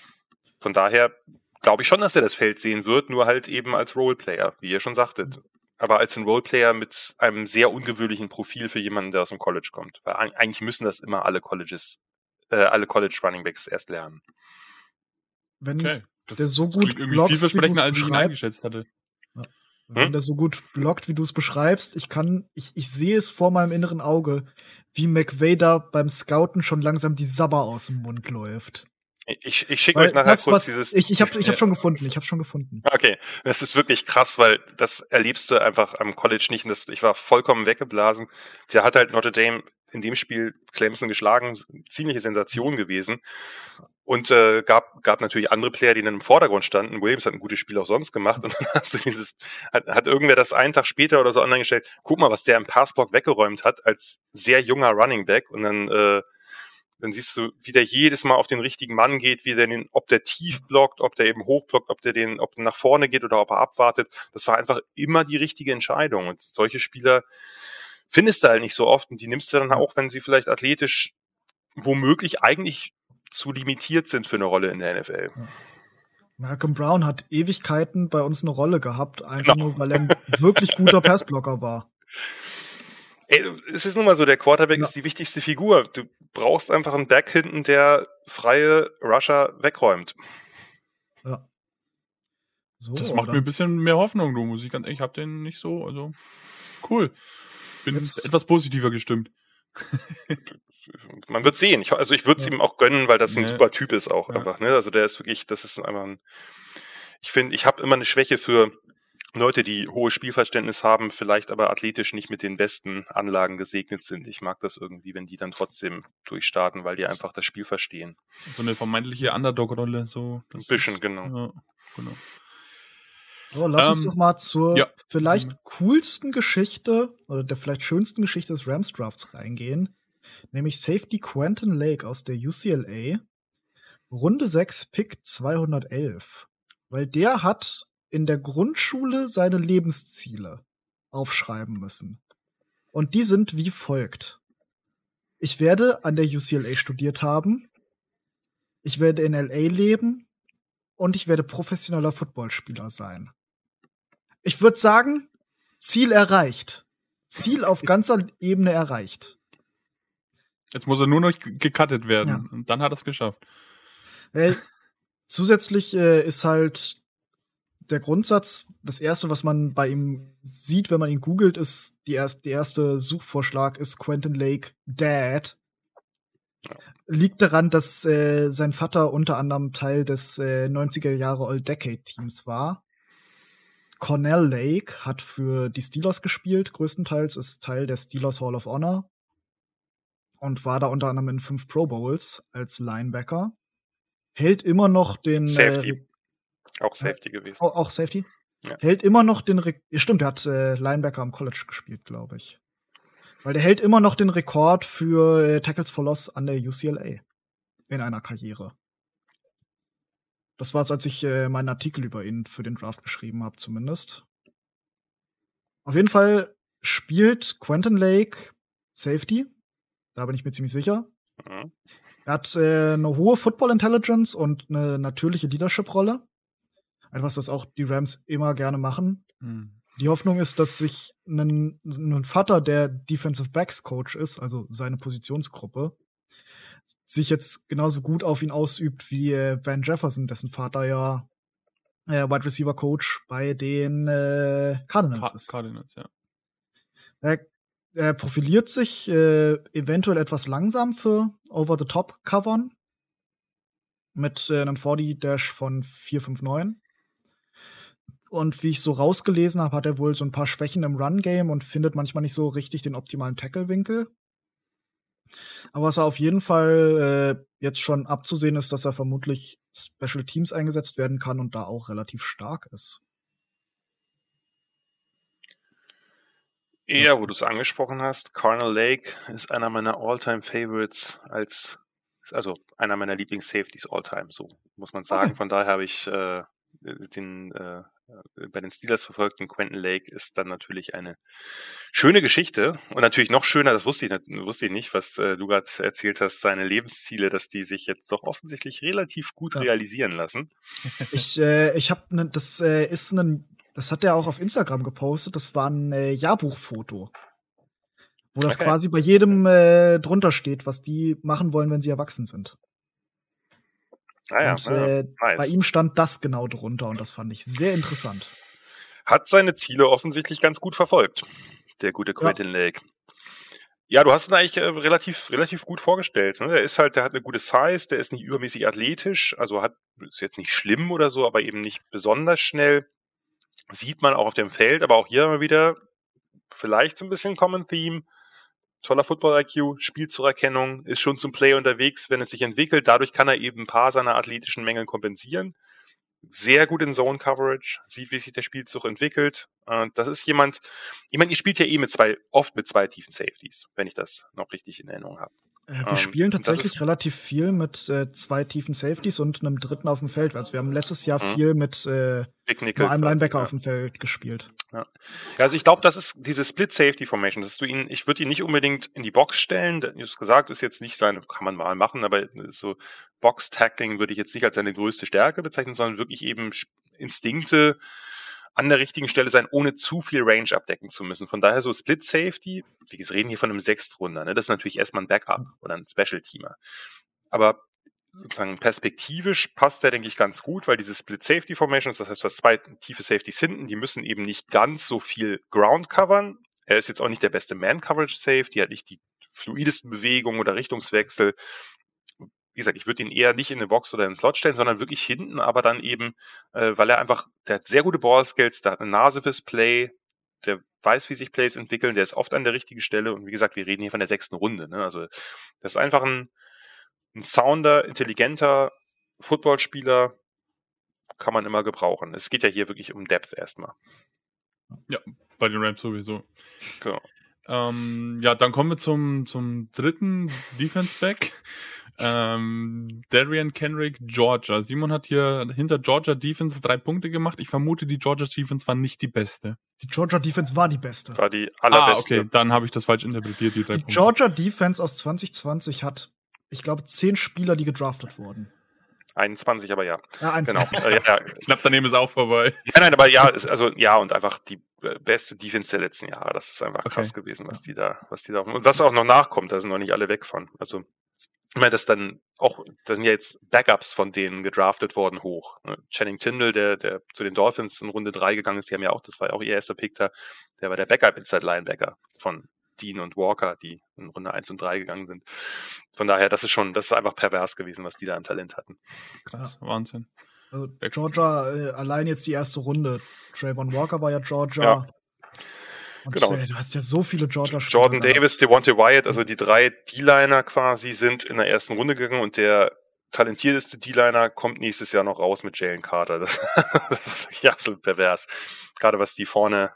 Von daher glaube ich schon, dass er das Feld sehen wird, nur halt eben als Roleplayer, wie ihr schon sagtet. aber als ein Roleplayer mit einem sehr ungewöhnlichen Profil für jemanden, der aus dem College kommt. Weil eigentlich müssen das immer alle College Runningbacks erst lernen. Wenn Okay. Das der so gut klingt irgendwie blockst, vielversprechender, als ich ihn eingeschätzt hatte. Wenn der so gut blockt, wie du es beschreibst, ich sehe es vor meinem inneren Auge, wie McVay da beim Scouten schon langsam die Sabber aus dem Mund läuft. Ich schicke euch nachher kurz dieses. Ich hab schon gefunden. Okay, das ist wirklich krass, weil das erlebst du einfach am College nicht. Und ich war vollkommen weggeblasen. Der hat halt Notre Dame in dem Spiel Clemson geschlagen, ziemliche Sensation gewesen. Und gab natürlich andere Player, die dann im Vordergrund standen. Williams hat ein gutes Spiel auch sonst gemacht. Und dann hast du hat irgendwer das einen Tag später oder so online gestellt, guck mal, was der im Passblock weggeräumt hat als sehr junger Running Back. Und dann siehst du, wie der jedes Mal auf den richtigen Mann geht, ob der tief blockt, ob der eben hoch blockt, ob der nach vorne geht oder ob er abwartet. Das war einfach immer die richtige Entscheidung. Und solche Spieler findest du halt nicht so oft. Und die nimmst du dann auch, wenn sie vielleicht athletisch womöglich eigentlich zu limitiert sind für eine Rolle in der NFL. Malcolm Brown hat Ewigkeiten bei uns eine Rolle gehabt, einfach nur, weil er ein wirklich guter Passblocker war. Ey, es ist nun mal so, der Quarterback ist die wichtigste Figur. Du brauchst einfach einen Back hinten, der freie Rusher wegräumt. Ja. So, das macht mir ein bisschen mehr Hoffnung, du, muss ich ganz ehrlich, ich hab den nicht so, also cool. Bin jetzt etwas positiver gestimmt. Man wird sehen. Ich würde es ihm auch gönnen, weil das ein super Typ ist auch einfach. Ne? Also der ist wirklich, das ist einfach ich finde, ich habe immer eine Schwäche für Leute, die hohes Spielverständnis haben, vielleicht aber athletisch nicht mit den besten Anlagen gesegnet sind. Ich mag das irgendwie, wenn die dann trotzdem durchstarten, weil die einfach das Spiel verstehen. So eine vermeintliche Underdog-Rolle. So, ein bisschen, genau. Ja, genau. So, lass uns doch mal zur vielleicht coolsten Geschichte oder der vielleicht schönsten Geschichte des Rams-Drafts reingehen. Nämlich Safety Quentin Lake aus der UCLA. Runde 6, Pick 211. Weil der hat in der Grundschule seine Lebensziele aufschreiben müssen. Und die sind wie folgt. Ich werde an der UCLA studiert haben. Ich werde in LA leben. Und ich werde professioneller Footballspieler sein. Ich würde sagen, Ziel erreicht. Ziel auf ganzer Ebene erreicht. Jetzt muss er nur noch gecuttet werden. Ja. Und dann hat er es geschafft. Zusätzlich ist halt der Grundsatz, das erste, was man bei ihm sieht, wenn man ihn googelt, ist der erste Suchvorschlag ist Quentin Lake Dad. Liegt daran, dass sein Vater unter anderem Teil des 90er Jahre All-Decade-Teams war. Cornell Lake hat für die Steelers gespielt, größtenteils, ist Teil der Steelers Hall of Honor und war da unter anderem in 5 Pro Bowls als Linebacker. Hält immer noch den Safety. Auch Safety gewesen. Auch Safety? Ja. Hält immer noch den stimmt, der hat Linebacker am College gespielt, glaube ich. Weil der hält immer noch den Rekord für Tackles for Loss an der UCLA in einer Karriere. Das war's, als ich meinen Artikel über ihn für den Draft geschrieben habe, zumindest. Auf jeden Fall spielt Quentin Lake Safety. Da bin ich mir ziemlich sicher. Mhm. Er hat eine hohe Football Intelligence und eine natürliche Leadership-Rolle. Etwas, das auch die Rams immer gerne machen. Mhm. Die Hoffnung ist, dass sich ein Vater, der Defensive Backs Coach ist, also seine Positionsgruppe, sich jetzt genauso gut auf ihn ausübt wie Van Jefferson, dessen Vater ja Wide Receiver Coach bei den Cardinals ist. Cardinals, ja. Er profiliert sich eventuell etwas langsam für Over-the-Top-Covern mit einem 40-Dash von 4,59. Und wie ich so rausgelesen habe, hat er wohl so ein paar Schwächen im Run-Game und findet manchmal nicht so richtig den optimalen Tackle-Winkel. Aber was er auf jeden Fall jetzt schon abzusehen ist, dass er vermutlich Special Teams eingesetzt werden kann und da auch relativ stark ist. Ja, wo du es angesprochen hast, Cornell Lake ist einer meiner All-Time-Favorites also einer meiner Lieblings-Safeties All-Time, so muss man sagen. Okay. Von daher habe ich bei den Steelers verfolgten Quentin Lake ist dann natürlich eine schöne Geschichte und natürlich noch schöner, das wusste ich nicht, was du gerade erzählt hast, seine Lebensziele, dass die sich jetzt doch offensichtlich relativ gut realisieren lassen. Ich habe das Das hat er auch auf Instagram gepostet. Das war ein Jahrbuchfoto. Wo das quasi bei jedem drunter steht, was die machen wollen, wenn sie erwachsen sind. Und nice. Bei ihm stand das genau drunter und das fand ich sehr interessant. Hat seine Ziele offensichtlich ganz gut verfolgt, der gute Quentin Lake. Ja, du hast ihn eigentlich relativ gut vorgestellt. Ne? Der hat eine gute Size, der ist nicht übermäßig athletisch, also ist jetzt nicht schlimm oder so, aber eben nicht besonders schnell. Sieht man auch auf dem Feld, aber auch hier mal wieder vielleicht so ein bisschen Common Theme. Toller Football-IQ, Spielzugserkennung, ist schon zum Play unterwegs, wenn es sich entwickelt. Dadurch kann er eben ein paar seiner athletischen Mängel kompensieren. Sehr gut in Zone-Coverage, sieht, wie sich der Spielzug entwickelt. Das ist jemand, ich meine, ihr spielt ja oft mit zwei tiefen Safeties, wenn ich das noch richtig in Erinnerung habe. Wir spielen tatsächlich relativ viel mit zwei tiefen Safeties und einem dritten auf dem Feld. Also wir haben letztes Jahr viel mit nur einem Linebacker auf dem Feld gespielt. Ja. Also ich glaube, das ist diese Split-Safety-Formation. Ich würde ihn nicht unbedingt in die Box stellen. Du hast gesagt, ist jetzt nicht kann man mal machen, aber so Box-Tackling würde ich jetzt nicht als seine größte Stärke bezeichnen, sondern wirklich eben Instinkte an der richtigen Stelle sein, ohne zu viel Range abdecken zu müssen. Von daher so Split Safety, wir reden hier von einem Sechstrunder, ne? Das ist natürlich erstmal ein Backup oder ein Special-Teamer. Aber sozusagen perspektivisch passt der, denke ich, ganz gut, weil diese Split Safety Formations, das heißt, du hast zwei tiefe Safeties hinten, die müssen eben nicht ganz so viel Ground covern. Er ist jetzt auch nicht der beste Man-Coverage-Safe, die hat nicht die fluidesten Bewegungen oder Richtungswechsel. Wie gesagt, ich würde ihn eher nicht in eine Box oder in den Slot stellen, sondern wirklich hinten, aber dann eben, weil der hat sehr gute Ball-Skills, der hat eine Nase fürs Play, der weiß, wie sich Plays entwickeln, der ist oft an der richtigen Stelle und wie gesagt, wir reden hier von der 6. Runde. Ne? Also das ist einfach ein sounder, intelligenter Footballspieler, kann man immer gebrauchen. Es geht ja hier wirklich um Depth erstmal. Ja, bei den Rams sowieso. Genau. Dann kommen wir zum dritten Defense-Back. Darian Kenrick, Georgia. Simon hat hier hinter Georgia Defense 3 Punkte gemacht. Ich vermute, die Georgia Defense war nicht die beste. Die Georgia Defense war die beste. War die allerbeste. Okay, dann habe ich das falsch interpretiert, die 3 Punkte. Die Georgia Defense aus 2020 hat, ich glaube, 10 Spieler, die gedraftet wurden. 21, aber ja. Ja, 21. Genau. Knapp daneben ist auch vorbei. Nein, aber ja, und einfach die beste Defense der letzten Jahre. Das ist einfach krass gewesen, was die da und was auch noch nachkommt, da sind noch nicht alle weg von. Also, ich meine, da sind ja jetzt Backups von denen gedraftet worden hoch. Channing Tindall, der zu den Dolphins in Runde 3 gegangen ist, das war ja auch ihr erster Pick da, der war der Backup-Inside-Linebacker von Dean und Walker, die in Runde 1 und 3 gegangen sind. Von daher, das ist einfach pervers gewesen, was die da an Talent hatten. Krass, Wahnsinn. Also Georgia, allein jetzt die erste Runde. Trayvon Walker war ja Georgia. Ja. Und genau. Du hast ja so viele Georgia-Spieler. Jordan Davis, Devontae Wyatt, also die 3 D-Liner quasi sind in der ersten Runde gegangen und der talentierteste D-Liner kommt nächstes Jahr noch raus mit Jalen Carter. Das ist wirklich absolut pervers. Gerade was die vorne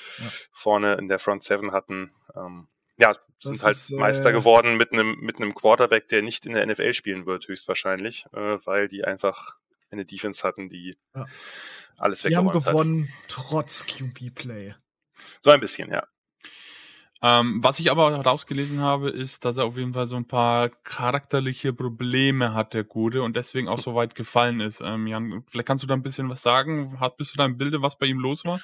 in der Front 7 hatten. Sind halt Meister geworden mit einem Quarterback, der nicht in der NFL spielen wird, höchstwahrscheinlich, weil die einfach eine Defense hatten, die alles weggeräumt hat. Die haben gewonnen, trotz QB-Play. So ein bisschen, ja. Was ich aber rausgelesen habe, ist, dass er auf jeden Fall so ein paar charakterliche Probleme hat, der Gute, und deswegen auch so weit gefallen ist. Jan, vielleicht kannst du da ein bisschen was sagen? Bist du da im Bilde, was bei ihm los war?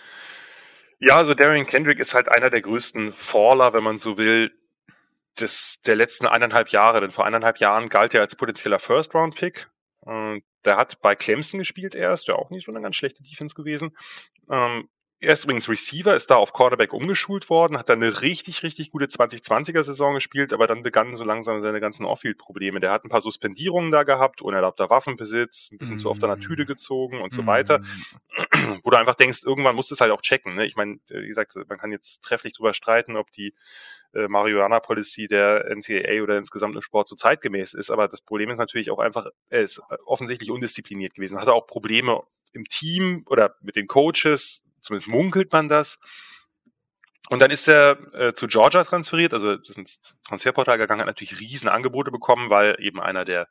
Ja, also Darian Kendrick ist halt einer der größten Faller, wenn man so will, der letzten 1,5 Jahre. Denn vor 1,5 Jahren galt er als potenzieller First-Round-Pick. Der hat bei Clemson gespielt erst, ja auch nicht so eine ganz schlechte Defense gewesen. Er ist übrigens Receiver, ist da auf Quarterback umgeschult worden, hat dann eine richtig, richtig gute 2020er-Saison gespielt, aber dann begannen so langsam seine ganzen Off-Field-Probleme. Der hat ein paar Suspendierungen da gehabt, unerlaubter Waffenbesitz, ein bisschen zu oft an der Tüte gezogen und so weiter. Wo du einfach denkst, irgendwann musst du es halt auch checken. Ne? Ich meine, wie gesagt, man kann jetzt trefflich drüber streiten, ob die Marihuana-Policy der NCAA oder insgesamt im Sport so zeitgemäß ist, aber das Problem ist natürlich auch einfach, er ist offensichtlich undiszipliniert gewesen, hatte auch Probleme im Team oder mit den Coaches, zumindest munkelt man das. Und dann ist er zu Georgia transferiert, also das ist ins Transferportal gegangen, hat natürlich riesen Angebote bekommen, weil eben einer der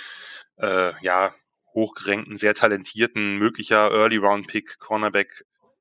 hochgerankten, sehr talentierten, möglicher Early-Round-Pick, Cornerback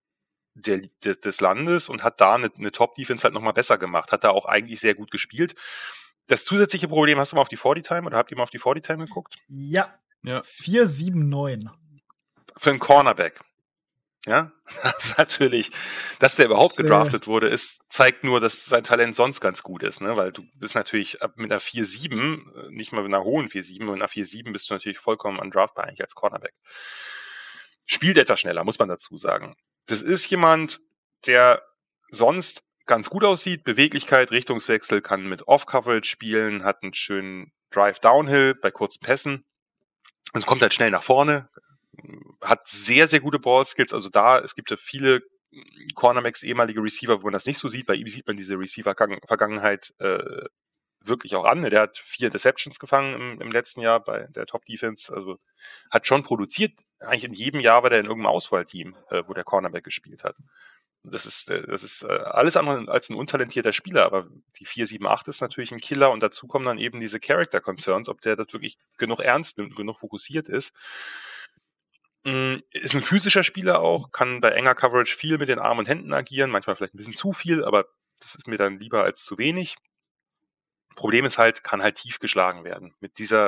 des Landes, und hat da eine Top-Defense halt nochmal besser gemacht, hat da auch eigentlich sehr gut gespielt. Das zusätzliche Problem, hast du mal auf die 40-Time oder habt ihr mal auf die 40-Time geguckt? Ja. 4,79. Für einen Cornerback. Ja, das ist natürlich, dass der überhaupt gedraftet wurde, zeigt nur, dass sein Talent sonst ganz gut ist, ne? Weil du bist natürlich mit einer 4-7, nicht mal mit einer hohen 4-7, mit einer 4-7 bist du natürlich vollkommen undraftbar eigentlich als Cornerback. Spielt etwas schneller, muss man dazu sagen. Das ist jemand, der sonst ganz gut aussieht, Beweglichkeit, Richtungswechsel, kann mit Off-Coverage spielen, hat einen schönen Drive Downhill bei kurzen Pässen. Also kommt halt schnell nach vorne, hat sehr, sehr gute Ballskills. Also es gibt ja viele Cornerbacks, ehemalige Receiver, wo man das nicht so sieht. Bei ihm sieht man diese Receiver-Vergangenheit wirklich auch an. Der hat 4 Interceptions gefangen im letzten Jahr bei der Top-Defense. Also hat schon produziert. Eigentlich in jedem Jahr war der in irgendeinem Auswahlteam, wo der Cornerback gespielt hat. Das ist alles andere als ein untalentierter Spieler, aber die 4-7-8 ist natürlich ein Killer und dazu kommen dann eben diese Character Concerns, ob der das wirklich genug ernst nimmt, genug fokussiert ist. Ist ein physischer Spieler auch, kann bei enger Coverage viel mit den Armen und Händen agieren, manchmal vielleicht ein bisschen zu viel, aber das ist mir dann lieber als zu wenig. Problem ist halt, kann halt tief geschlagen werden. Mit diesem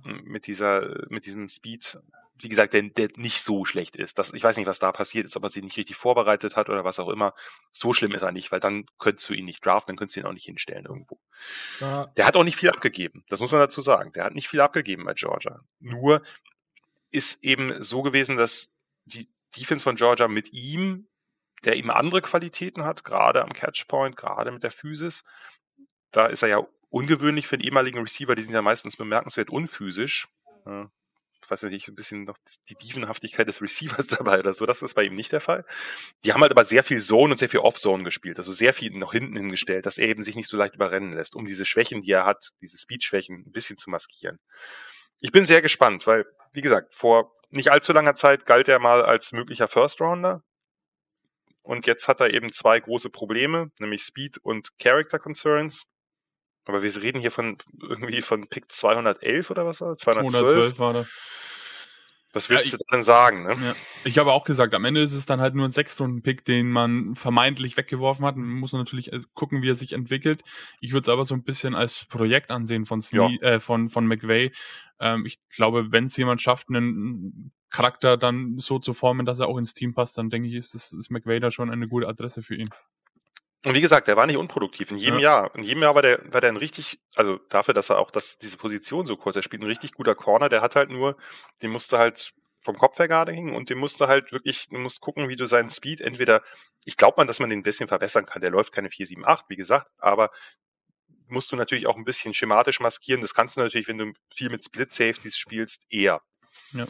Speed, wie gesagt, der nicht so schlecht ist. Ich weiß nicht, was da passiert ist, ob er sich nicht richtig vorbereitet hat oder was auch immer. So schlimm ist er nicht, weil dann könntest du ihn nicht draften, dann könntest du ihn auch nicht hinstellen irgendwo. Ja. Der hat auch nicht viel abgegeben, das muss man dazu sagen. Der hat nicht viel abgegeben bei Georgia. Nur ist eben so gewesen, dass die Defense von Georgia mit ihm, der eben andere Qualitäten hat, gerade am Catchpoint, gerade mit der Physis, da ist er ja ungewöhnlich für den ehemaligen Receiver, die sind ja meistens bemerkenswert unphysisch. Ich weiß nicht, ein bisschen noch die Dievenhaftigkeit des Receivers dabei oder so, das ist bei ihm nicht der Fall. Die haben halt aber sehr viel Zone und sehr viel Off-Zone gespielt, also sehr viel noch hinten hingestellt, dass er eben sich nicht so leicht überrennen lässt, um diese Schwächen, die er hat, diese Speed-Schwächen ein bisschen zu maskieren. Ich bin sehr gespannt, weil, wie gesagt, vor nicht allzu langer Zeit galt er mal als möglicher First-Rounder und jetzt hat er eben 2 große Probleme, nämlich Speed und Character Concerns. Aber wir reden hier von Pick 211 oder was war das? 212 war das. Was willst du denn sagen? Ne? Ja. Ich habe auch gesagt, am Ende ist es dann halt nur ein 6-Runden-Pick, den man vermeintlich weggeworfen hat. Man muss natürlich gucken, wie er sich entwickelt. Ich würde es aber so ein bisschen als Projekt ansehen von McVay. Ich glaube, wenn es jemand schafft, einen Charakter dann so zu formen, dass er auch ins Team passt, dann denke ich, ist McVay da schon eine gute Adresse für ihn. Und wie gesagt, der war nicht unproduktiv. In jedem Jahr war der ein richtig, also dafür, dass er auch diese Position so kurz, er spielt ein richtig guter Corner, der hat halt nur, den musste halt vom Kopf her gerade hängen und den musste halt wirklich, du musst gucken, wie du seinen Speed entweder, ich glaube dass man den ein bisschen verbessern kann, der läuft keine 4-7-8, wie gesagt, aber musst du natürlich auch ein bisschen schematisch maskieren, das kannst du natürlich, wenn du viel mit Split-Safeties spielst, eher. Ja.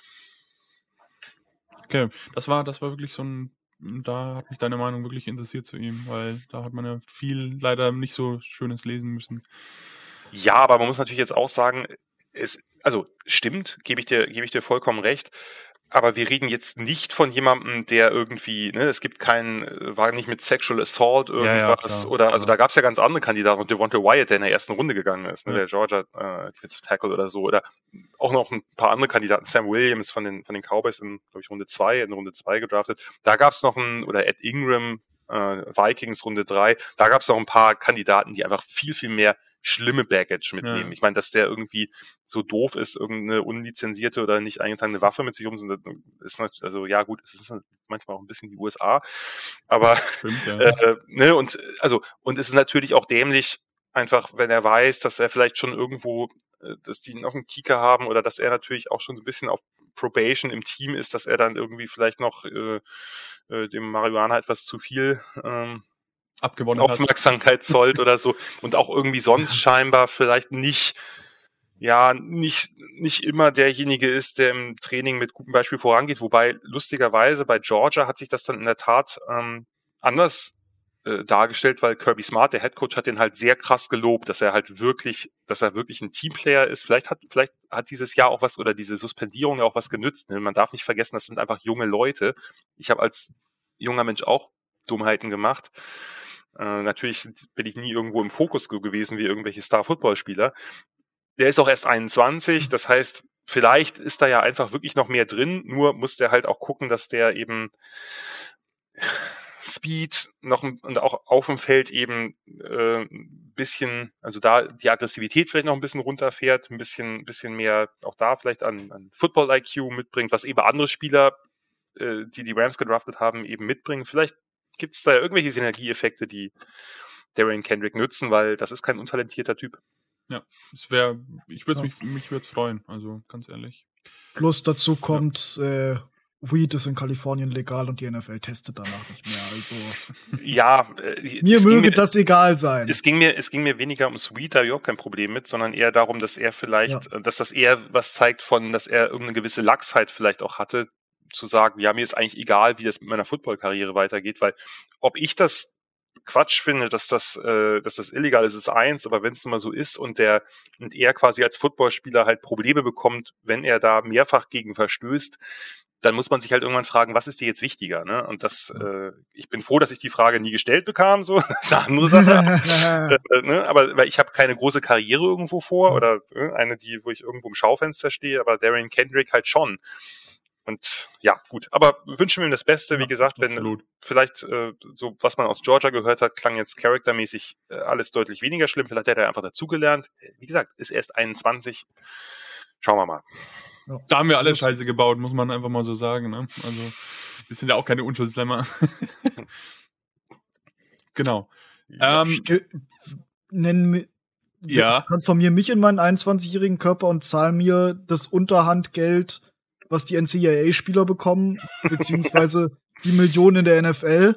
Okay, das war wirklich so ein, da hat mich deine Meinung wirklich interessiert zu ihm, weil da hat man ja viel leider nicht so Schönes lesen müssen. Ja, aber man muss natürlich jetzt auch sagen, stimmt, gebe ich dir vollkommen recht, aber wir reden jetzt nicht von jemandem, der irgendwie, ne, es gibt war nicht mit Sexual Assault irgendwas, also da gab es ja ganz andere Kandidaten, und Devonta Wyatt, der in der ersten Runde gegangen ist, ne, der Georgia Defensive Tackle oder so, oder auch noch ein paar andere Kandidaten, Sam Williams von den Cowboys in, glaube ich, Runde 2 gedraftet, da gab es noch oder Ed Ingram, Vikings Runde 3, da gab es noch ein paar Kandidaten, die einfach viel, viel mehr schlimme Baggage mitnehmen. Ja. Ich meine, dass der irgendwie so doof ist, irgendeine unlizenzierte oder nicht eingetragene Waffe mit sich ist natürlich, also ja gut, es ist manchmal auch ein bisschen die USA, aber stimmt, ja. Ne, und es ist natürlich auch dämlich, einfach, wenn er weiß, dass er vielleicht schon irgendwo, dass die noch einen Kicker haben oder dass er natürlich auch schon so ein bisschen auf Probation im Team ist, dass er dann irgendwie vielleicht noch dem Marihuana etwas zu viel Aufmerksamkeit zollt oder so und auch irgendwie sonst scheinbar vielleicht nicht immer derjenige ist, der im Training mit gutem Beispiel vorangeht, wobei lustigerweise bei Georgia hat sich das dann in der Tat anders dargestellt, weil Kirby Smart, der Headcoach, hat den halt sehr krass gelobt, dass er wirklich ein Teamplayer ist. Vielleicht hat dieses Jahr auch was oder diese Suspendierung ja auch was genützt. Ne? Man darf nicht vergessen, das sind einfach junge Leute. Ich habe als junger Mensch auch Dummheiten gemacht. Natürlich bin ich nie irgendwo im Fokus gewesen wie irgendwelche Star-Football-Spieler. Der ist auch erst 21, das heißt, vielleicht ist da ja einfach wirklich noch mehr drin, nur muss der halt auch gucken, dass der eben Speed noch und auch auf dem Feld eben ein bisschen, also da die Aggressivität vielleicht noch ein bisschen runterfährt, ein bisschen mehr auch da vielleicht an Football-IQ mitbringt, was eben andere Spieler die Rams gedraftet haben, eben mitbringen. Vielleicht gibt es da irgendwelche Synergieeffekte, die Derion Kendrick nützen, weil das ist kein untalentierter Typ. Ja, mich würde es freuen, also ganz ehrlich. Plus dazu kommt, Weed ist in Kalifornien legal und die NFL testet danach nicht mehr. Also ja, mir möge das egal sein. Es ging mir weniger ums Weed, da habe ich auch kein Problem mit, sondern eher darum, dass er vielleicht, dass das eher was zeigt von, dass er irgendeine gewisse Lachsheit vielleicht auch hatte, zu sagen, ja, mir ist eigentlich egal, wie das mit meiner Football-Karriere weitergeht, weil ob ich das Quatsch finde, dass das illegal ist, ist eins, aber wenn es nun mal so ist und er quasi als Footballspieler halt Probleme bekommt, wenn er da mehrfach gegen verstößt, dann muss man sich halt irgendwann fragen, was ist dir jetzt wichtiger, ne? Und ich bin froh, dass ich die Frage nie gestellt bekam, so, das ist eine andere Sache. Ne? Aber weil ich habe keine große Karriere irgendwo vor oder eine, wo ich irgendwo im Schaufenster stehe, aber Derion Kendrick halt schon. Und ja, gut. Aber wünschen wir ihm das Beste. Wie gesagt, wenn vielleicht so, was man aus Georgia gehört hat, klang jetzt charaktermäßig alles deutlich weniger schlimm. Vielleicht hat er einfach dazugelernt. Wie gesagt, ist erst 21. Schauen wir mal. Da haben wir alle Scheiße gebaut, muss man einfach mal so sagen. Ne? Also, wir sind ja auch keine Unschuldslämmer. Genau. Transformier mich in meinen 21-jährigen Körper und zahl mir das Unterhandgeld, was die NCAA-Spieler bekommen, beziehungsweise die Millionen in der NFL.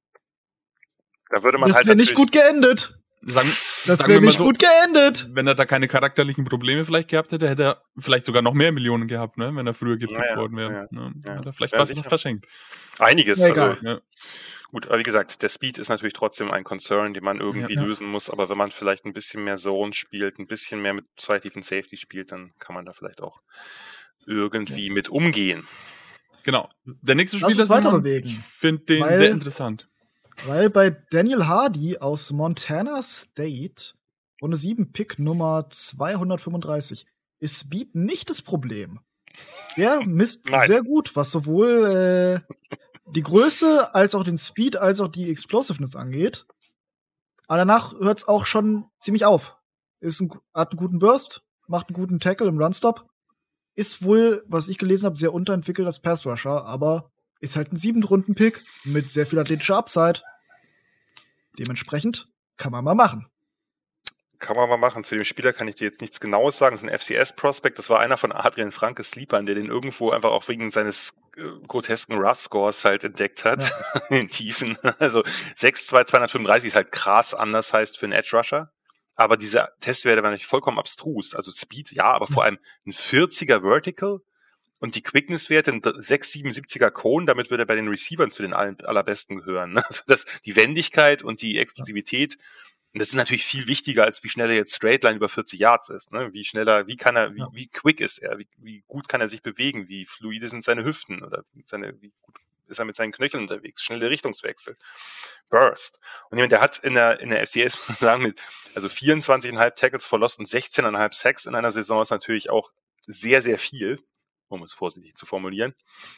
Da würde man das wäre nicht gut geendet. Das wäre nicht gut geendet. Wenn er da keine charakterlichen Probleme vielleicht gehabt hätte, hätte er vielleicht sogar noch mehr Millionen gehabt, ne? Wenn er früher gepickt worden wäre. Hat er vielleicht was verschenkt. Einiges. Also, gut, aber wie gesagt, der Speed ist natürlich trotzdem ein Concern, den man irgendwie lösen muss. Aber wenn man vielleicht ein bisschen mehr Zone spielt, ein bisschen mehr mit zwei tiefen Safety spielt, dann kann man da vielleicht auch irgendwie mit umgehen. Genau. Der nächste Spieler, ich finde den sehr interessant. Weil bei Daniel Hardy aus Montana State, Runde 7, Pick Nummer 235, ist Speed nicht das Problem. Der misst sehr gut, was sowohl die Größe als auch den Speed als auch die Explosiveness angeht. Aber danach hört es auch schon ziemlich auf. Hat einen guten Burst, macht einen guten Tackle im Runstop. Ist wohl, was ich gelesen habe, sehr unterentwickelt als Pass-Rusher, aber ist halt ein 7-Runden-Pick mit sehr viel athletischer Upside. Dementsprechend kann man mal machen. Zu dem Spieler kann ich dir jetzt nichts Genaues sagen. Das ist ein FCS-Prospect. Das war einer von Adrian Frankes Sleepern, der den irgendwo einfach auch wegen seines grotesken Rush-Scores halt entdeckt hat. In den Tiefen. Also 6'2", 235 ist halt krass anders heißt für einen Edge-Rusher. Aber diese Testwerte waren natürlich vollkommen abstrus. Also Speed, ja, aber vor allem ein 40er Vertical und die Quickness-Werte, ein 6,77er Cone, damit würde er bei den Receivern zu den allerbesten gehören. Also die Wendigkeit und die Explosivität, und das ist natürlich viel wichtiger, als wie schnell er jetzt Straightline über 40 Yards ist. Ne? Wie quick ist er, wie gut kann er sich bewegen, wie fluide sind seine Hüften oder wie gut ist er mit seinen Knöcheln unterwegs, schnelle Richtungswechsel, Burst. Und jemand, der hat in der FCS, muss man sagen, mit 24,5 Tackles for Loss und 16,5 Sacks in einer Saison ist natürlich auch sehr, sehr viel, um es vorsichtig zu formulieren.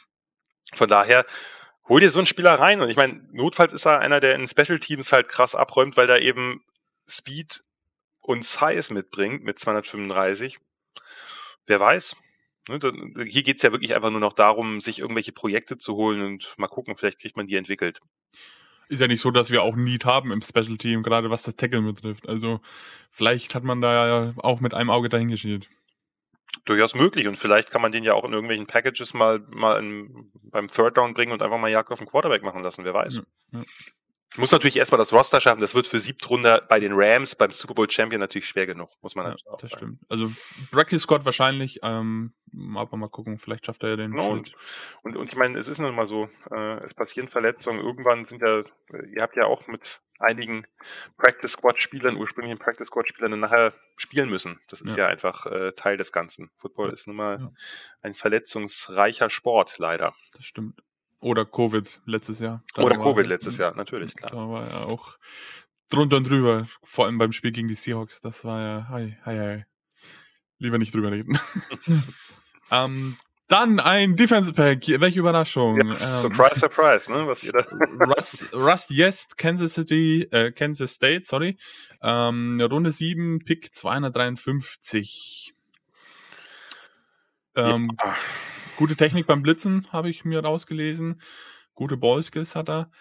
Von daher, hol dir so einen Spieler rein. Und ich meine, notfalls ist er einer, der in Special Teams halt krass abräumt, weil da eben Speed und Size mitbringt mit 235. Wer weiß. Hier geht es ja wirklich einfach nur noch darum, sich irgendwelche Projekte zu holen und mal gucken, vielleicht kriegt man die entwickelt. Ist ja nicht so, dass wir auch Need haben im Special Team, gerade was das Tackle betrifft. Also vielleicht hat man da ja auch mit einem Auge dahin geschielt. Durchaus möglich und vielleicht kann man den ja auch in irgendwelchen Packages mal beim Third Down bringen und einfach mal Jagd auf den Quarterback machen lassen, wer weiß. Ja. Muss natürlich erstmal das Roster schaffen, das wird für Siebtrunder bei den Rams beim Super Bowl Champion natürlich schwer genug, muss man natürlich auch sagen. Stimmt. Also Practice Squad wahrscheinlich, aber mal gucken, vielleicht schafft er ja den Schritt. Und ich meine, es ist nun mal so, es passieren Verletzungen, irgendwann ihr habt ja auch mit einigen Practice Squad Spielern, ursprünglichen Practice Squad Spielern dann nachher spielen müssen. Das ist ja einfach Teil des Ganzen. Football ist nun mal ein verletzungsreicher Sport, leider. Das stimmt. Oder Covid letztes Jahr. Letztes Jahr, natürlich, klar. Da war ja auch drunter und drüber, vor allem beim Spiel gegen die Seahawks. Das war ja, hi. Lieber nicht drüber reden. Dann ein Defensive Pack. Welche Überraschung. Ja, surprise, ne? Was ihr da. Russ Yes, Kansas State, Runde 7, Pick 253. Gute Technik beim Blitzen, habe ich mir rausgelesen. Gute Ballskills hat er.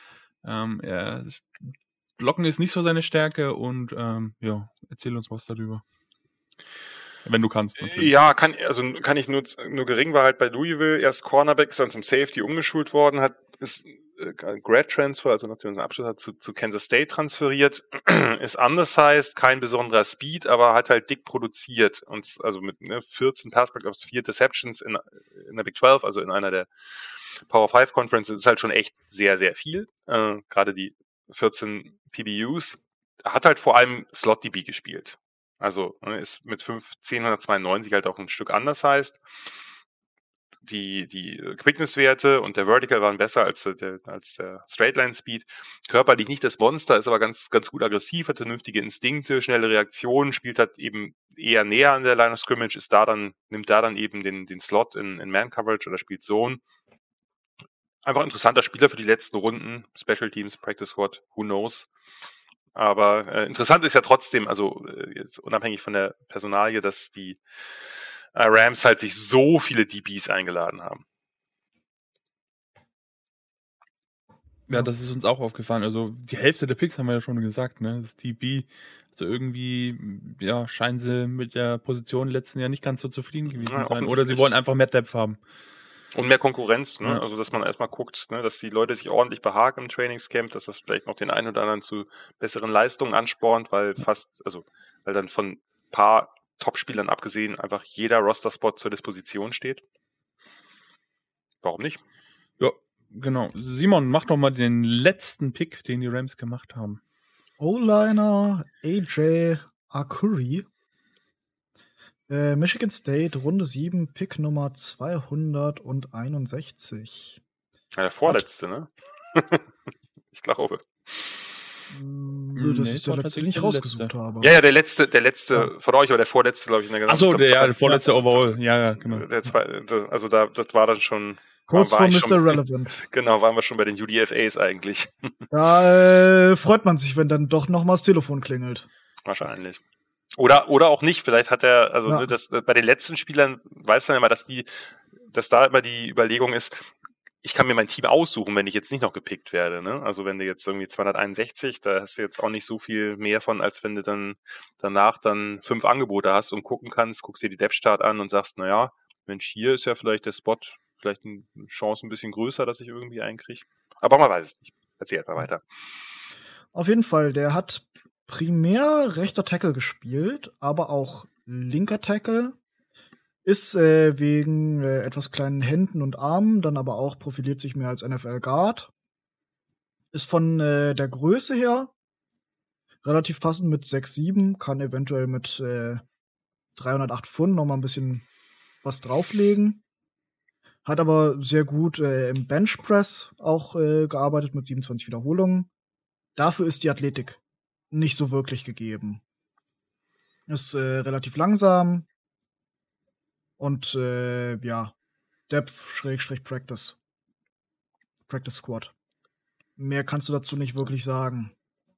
Blocken ist nicht so seine Stärke und erzähl uns was darüber. Wenn du kannst, natürlich. Ja, kann ich nur gering, war halt bei Louisville erst Cornerback, ist dann zum Safety umgeschult worden, ist Grad Transfer, also nachdem er einen Abschluss hat, zu Kansas State transferiert, ist undersized, kein besonderer Speed, aber hat halt dick produziert und also mit 14 Passbreakups, 4 Deceptions in der Big 12, also in einer der Power 5 Conferences, ist halt schon echt sehr, sehr viel. Gerade die 14 PBUs, hat halt vor allem Slot DB gespielt. Also ist mit 1092 halt auch ein Stück anders heißt. Die Quickness-Werte und der Vertical waren besser als der Straightline-Speed. Körperlich nicht das Monster, ist aber ganz, ganz gut aggressiv, hat vernünftige Instinkte, schnelle Reaktionen, spielt halt eben eher näher an der Line of Scrimmage, nimmt da dann eben den Slot in Man-Coverage oder spielt Zone. Einfach ein interessanter Spieler für die letzten Runden. Special Teams, Practice Squad, who knows. Aber interessant ist ja trotzdem, also jetzt unabhängig von der Personalie, dass die Rams halt sich so viele DBs eingeladen haben. Ja, das ist uns auch aufgefallen. Also die Hälfte der Picks haben wir ja schon gesagt, ne? Das DB, also irgendwie, scheinen sie mit der Position letzten Jahr nicht ganz so zufrieden gewesen sein. Oder sie wollen einfach mehr Depth haben. Und mehr Konkurrenz, ne? Ja. Also, dass man erstmal guckt, ne? Dass die Leute sich ordentlich behaken im Trainingscamp, dass das vielleicht noch den einen oder anderen zu besseren Leistungen anspornt, weil dann von ein paar Top-Spielern abgesehen einfach jeder Roster-Spot zur Disposition steht. Warum nicht? Ja, genau. Simon, mach doch mal den letzten Pick, den die Rams gemacht haben. O-Liner AJ Arcuri. Michigan State, Runde 7, Pick Nummer 261. Ja, der vorletzte, ne? Ich glaube. Das ist der letzte, den ich rausgesucht habe. Ja, der letzte von euch, oder der vorletzte, glaube ich, in der gesamten. Achso, der vorletzte Overall. Ja, genau. Das war dann schon. Kurz vor Mr. Relevant. Genau, waren wir schon bei den UDFAs eigentlich. Da freut man sich, wenn dann doch nochmal das Telefon klingelt. Wahrscheinlich. Oder auch nicht. Vielleicht hat er, bei den letzten Spielern weiß man immer, dass da immer die Überlegung ist, ich kann mir mein Team aussuchen, wenn ich jetzt nicht noch gepickt werde. Ne? Also wenn du jetzt irgendwie 261, da hast du jetzt auch nicht so viel mehr von, als wenn du dann danach 5 Angebote hast und guckst dir die Depth-Chart an und sagst, naja, Mensch, hier ist ja vielleicht der Spot, vielleicht eine Chance ein bisschen größer, dass ich irgendwie einen kriege. Aber man weiß es nicht. Erzähl mal weiter. Auf jeden Fall, der hat primär rechter Tackle gespielt, aber auch linker Tackle. Ist wegen etwas kleinen Händen und Armen, dann aber auch profiliert sich mehr als NFL-Guard. Ist von der Größe her relativ passend mit 6'7", kann eventuell mit 308 Pfund noch mal ein bisschen was drauflegen. Hat aber sehr gut im Benchpress auch gearbeitet mit 27 Wiederholungen. Dafür ist die Athletik nicht so wirklich gegeben. Ist relativ langsam und Depth/Practice. Practice Squad. Mehr kannst du dazu nicht wirklich sagen.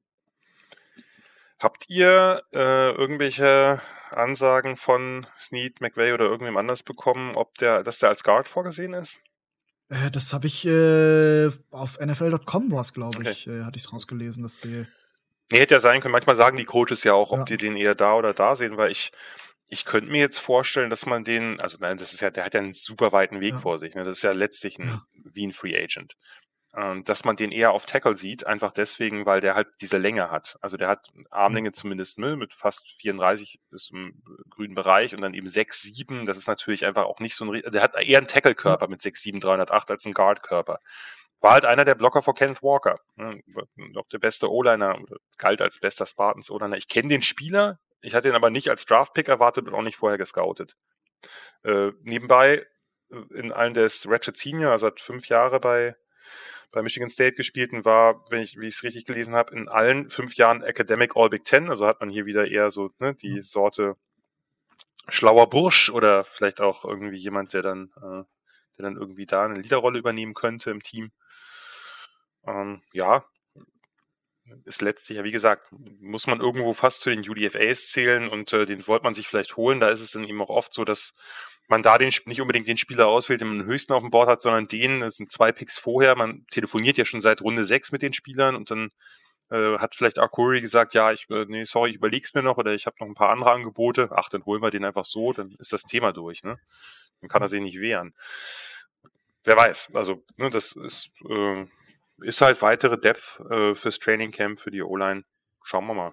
Habt ihr irgendwelche Ansagen von Snead, McVay oder irgendwem anders bekommen, dass der als Guard vorgesehen ist? Das habe ich auf NFL.com war es, glaube ich, hatte ich es rausgelesen, dass die. Nee, hätte ja sein können. Manchmal sagen die Coaches ja auch, ob die den eher da oder da sehen, weil ich könnte mir jetzt vorstellen, dass man der hat ja einen super weiten Weg vor sich. Ne? Das ist ja letztlich wie ein Free Agent. Dass man den eher auf Tackle sieht, einfach deswegen, weil der halt diese Länge hat. Also der hat Armlänge zumindest mit fast 34 ist im grünen Bereich und dann eben 6'7". Das ist natürlich einfach auch nicht so der hat eher einen Tackle-Körper mit 6'7", 308 als einen Guard-Körper. War halt einer der Blocker vor Kenneth Walker. Noch der beste O-Liner, galt als bester Spartans O-Liner. Ich kenne den Spieler, ich hatte ihn aber nicht als Draft-Pick erwartet und auch nicht vorher gescoutet. Nebenbei, in allen der ist Ratchet Senior, also hat 5 Jahre bei Michigan State gespielt und war, wie ich es richtig gelesen habe, in allen 5 Jahren Academic All Big Ten. Also hat man hier wieder eher so die Sorte schlauer Bursch oder vielleicht auch irgendwie jemand, der dann irgendwie da eine Leaderrolle übernehmen könnte im Team. ist letztlich, ja wie gesagt, muss man irgendwo fast zu den UDFAs zählen und den wollte man sich vielleicht holen. Da ist es dann eben auch oft so, dass man da nicht unbedingt den Spieler auswählt, den man am höchsten auf dem Board hat, sondern das sind 2 Picks vorher. Man telefoniert ja schon seit Runde 6 mit den Spielern und dann hat vielleicht Arcuri gesagt, ja, ich überleg's mir noch oder ich habe noch ein paar andere Angebote. Ach, dann holen wir den einfach so, dann ist das Thema durch, ne? Dann kann er sich nicht wehren. Wer weiß, also ne, das ist halt weitere Depth fürs Training Camp, für die O-Line. Schauen wir mal.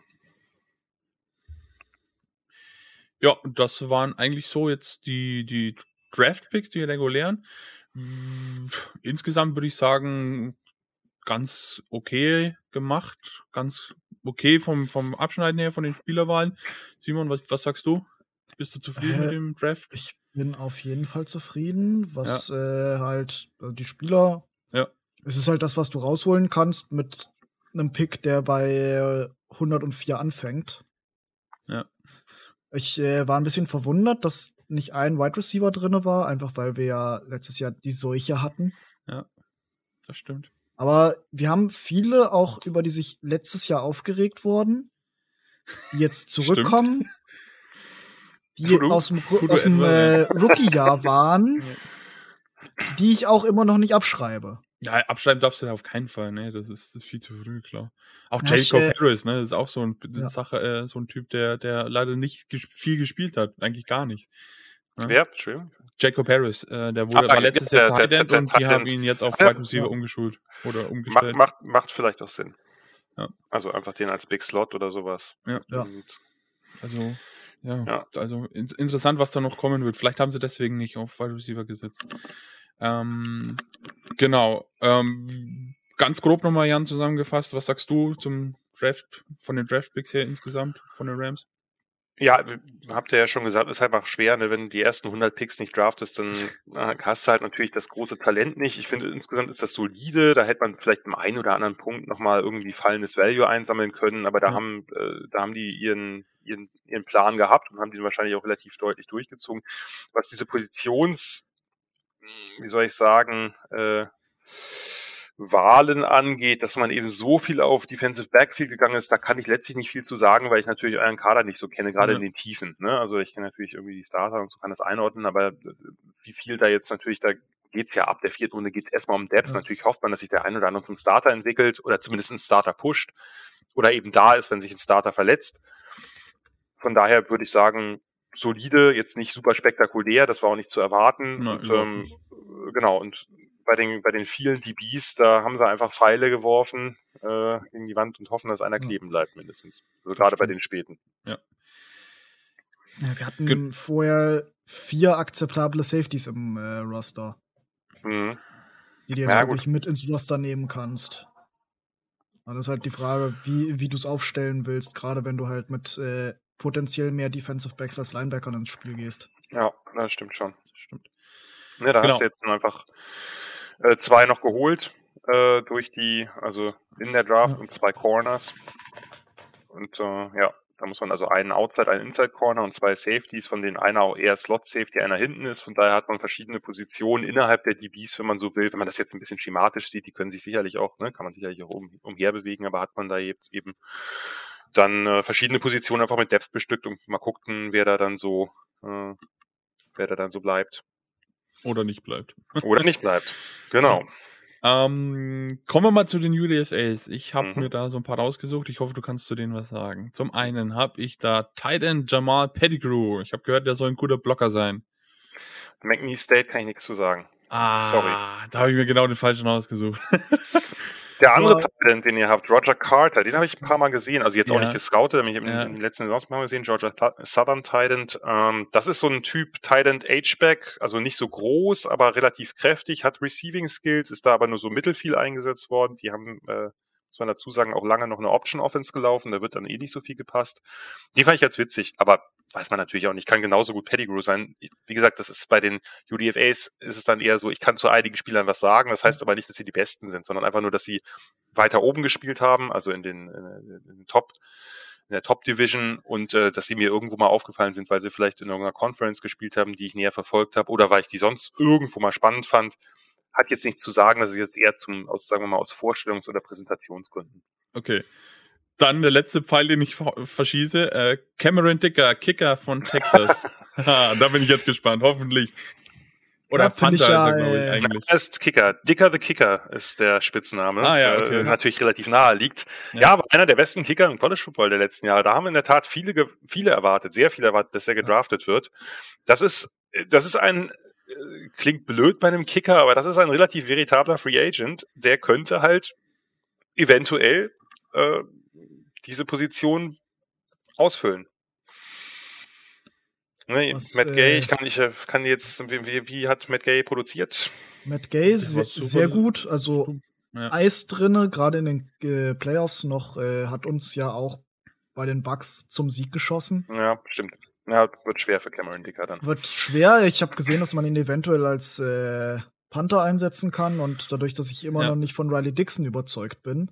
Ja, das waren eigentlich so jetzt die Draft-Picks, die regulären. Insgesamt würde ich sagen, ganz okay gemacht, ganz okay vom Abschneiden her, von den Spielerwahlen. Simon, was sagst du? Bist du zufrieden mit dem Draft? Ich bin auf jeden Fall zufrieden, was halt die Spieler, es ist halt das, was du rausholen kannst mit einem Pick, der bei 104 anfängt. Ja. Ich war ein bisschen verwundert, dass nicht ein Wide Receiver drin war, einfach weil wir ja letztes Jahr die Seuche hatten. Ja, das stimmt. Aber wir haben viele auch, über die sich letztes Jahr aufgeregt wurden, die jetzt zurückkommen, die aus dem Rookie-Jahr waren, die ich auch immer noch nicht abschreibe. Ja, abschreiben darfst du ja auf keinen Fall, ne? Das ist viel zu früh, klar. Auch Jacob Harris, ne? Das ist auch so ein Sache, so ein Typ, der leider nicht viel gespielt hat, eigentlich gar nicht. Ne? Wer? Schön. Jacob Harris, der war letztes Jahr Tight End und die haben ihn jetzt auf Wide Receiver umgeschult oder umgestellt. Macht vielleicht auch Sinn. Ja. Also einfach den als Big Slot oder sowas. Ja. Also, also interessant, was da noch kommen wird. Vielleicht haben sie deswegen nicht auf Wide Receiver gesetzt. Genau. Ganz grob nochmal, Jan, zusammengefasst. Was sagst du zum Draft, von den Draft-Picks her insgesamt, von den Rams? Ja, habt ihr ja schon gesagt, ist halt einfach schwer, ne? Wenn du die ersten 100 Picks nicht draftest, dann hast du halt natürlich das große Talent nicht. Ich finde, insgesamt ist das solide. Da hätte man vielleicht im einen oder anderen Punkt nochmal irgendwie fallendes Value einsammeln können, aber da haben die ihren Plan gehabt und haben den wahrscheinlich auch relativ deutlich durchgezogen. Was diese wie soll ich sagen, Wahlen angeht, dass man eben so viel auf Defensive Backfield gegangen ist, da kann ich letztlich nicht viel zu sagen, weil ich natürlich euren Kader nicht so kenne, gerade in den Tiefen. Ne? Also ich kenne natürlich irgendwie die Starter und so kann das einordnen, aber wie viel da jetzt natürlich, da geht's ja ab der 4. Runde geht's erstmal um Depth. Natürlich hofft man, dass sich der ein oder andere zum Starter entwickelt oder zumindest einen Starter pusht oder eben da ist, wenn sich ein Starter verletzt. Von daher würde ich sagen, solide, jetzt nicht super spektakulär, das war auch nicht zu erwarten. Nein, genau, und bei den vielen DBs, da haben sie einfach Pfeile geworfen gegen die Wand und hoffen, dass einer kleben bleibt, mindestens. Also gerade bei den Späten. Ja. Wir hatten vorher 4 akzeptable Safeties im Roster. Mhm. Die du jetzt wirklich mit ins Roster nehmen kannst. Aber das ist halt die Frage, wie du es aufstellen willst, gerade wenn du halt mit potenziell mehr Defensive Backs als Linebackern ins Spiel gehst. Ja, das stimmt schon. Stimmt. Ja, da hast du jetzt dann einfach 2 noch geholt also in der Draft und 2 Corners. Und da muss man also einen Outside, einen Inside Corner und 2 Safeties, von denen einer auch eher Slot Safety, einer hinten ist. Von daher hat man verschiedene Positionen innerhalb der DBs, wenn man so will. Wenn man das jetzt ein bisschen schematisch sieht, die können sich sicherlich auch, ne, kann man sicherlich auch umher bewegen, aber hat man da jetzt eben dann verschiedene Positionen einfach mit Depth bestückt und mal gucken, wer da dann so bleibt. Oder nicht bleibt. Oder nicht bleibt, genau. Kommen wir mal zu den UDFAs. Ich habe mir da so ein paar rausgesucht. Ich hoffe, du kannst zu denen was sagen. Zum einen habe ich da Tight End Jamal Pettigrew. Ich habe gehört, der soll ein guter Blocker sein. McNeese State kann ich nichts zu sagen. Sorry. Da habe ich mir genau den falschen rausgesucht. Der andere Talent, den ihr habt, Roger Carter, den habe ich ein paar Mal gesehen. Also jetzt auch nicht gescoutet, aber ich habe in den letzten Saisons ein paar Mal gesehen. Georgia Southern Tight. Das ist so ein Typ Tight End H-Back, also nicht so groß, aber relativ kräftig, hat Receiving Skills, ist da aber nur so mittelfiel eingesetzt worden. Die haben, muss man dazu sagen, auch lange noch eine Option Offense gelaufen. Da wird dann nicht so viel gepasst. Die fand ich jetzt witzig, aber weiß man natürlich auch nicht, kann genauso gut Pettigrew sein. Wie gesagt, das ist bei den UDFAs ist es dann eher so, ich kann zu einigen Spielern was sagen, das heißt aber nicht, dass sie die Besten sind, sondern einfach nur, dass sie weiter oben gespielt haben, also in der Top Division und dass sie mir irgendwo mal aufgefallen sind, weil sie vielleicht in irgendeiner Conference gespielt haben, die ich näher verfolgt habe oder weil ich die sonst irgendwo mal spannend fand. Hat jetzt nichts zu sagen, dass es jetzt eher aus Vorstellungs- oder Präsentationsgründen. Okay. Dann der letzte Pfeil, den ich verschieße. Cameron Dicker, Kicker von Texas. Da bin ich jetzt gespannt, hoffentlich. Oder Panther ist er, glaube ich, eigentlich. Er ist Kicker. Dicker the Kicker ist der Spitzname. Okay. Natürlich relativ nahe liegt. Ja, aber einer der besten Kicker im College Football der letzten Jahre. Da haben in der Tat viele erwartet, sehr viele erwartet, dass er gedraftet wird. Das ist ein, klingt blöd bei einem Kicker, aber das ist ein relativ veritabler Free Agent. Der könnte halt eventuell diese Position ausfüllen. Ne, Matt Gay, wie hat Matt Gay produziert? Matt Gay sehr gut, also Eis drinne, gerade in den Playoffs noch, hat uns ja auch bei den Bucks zum Sieg geschossen. Ja, stimmt. Ja, wird schwer für Cameron Dicker dann. Wird schwer, ich habe gesehen, dass man ihn eventuell als Panther einsetzen kann und dadurch, dass ich immer noch nicht von Riley Dixon überzeugt bin.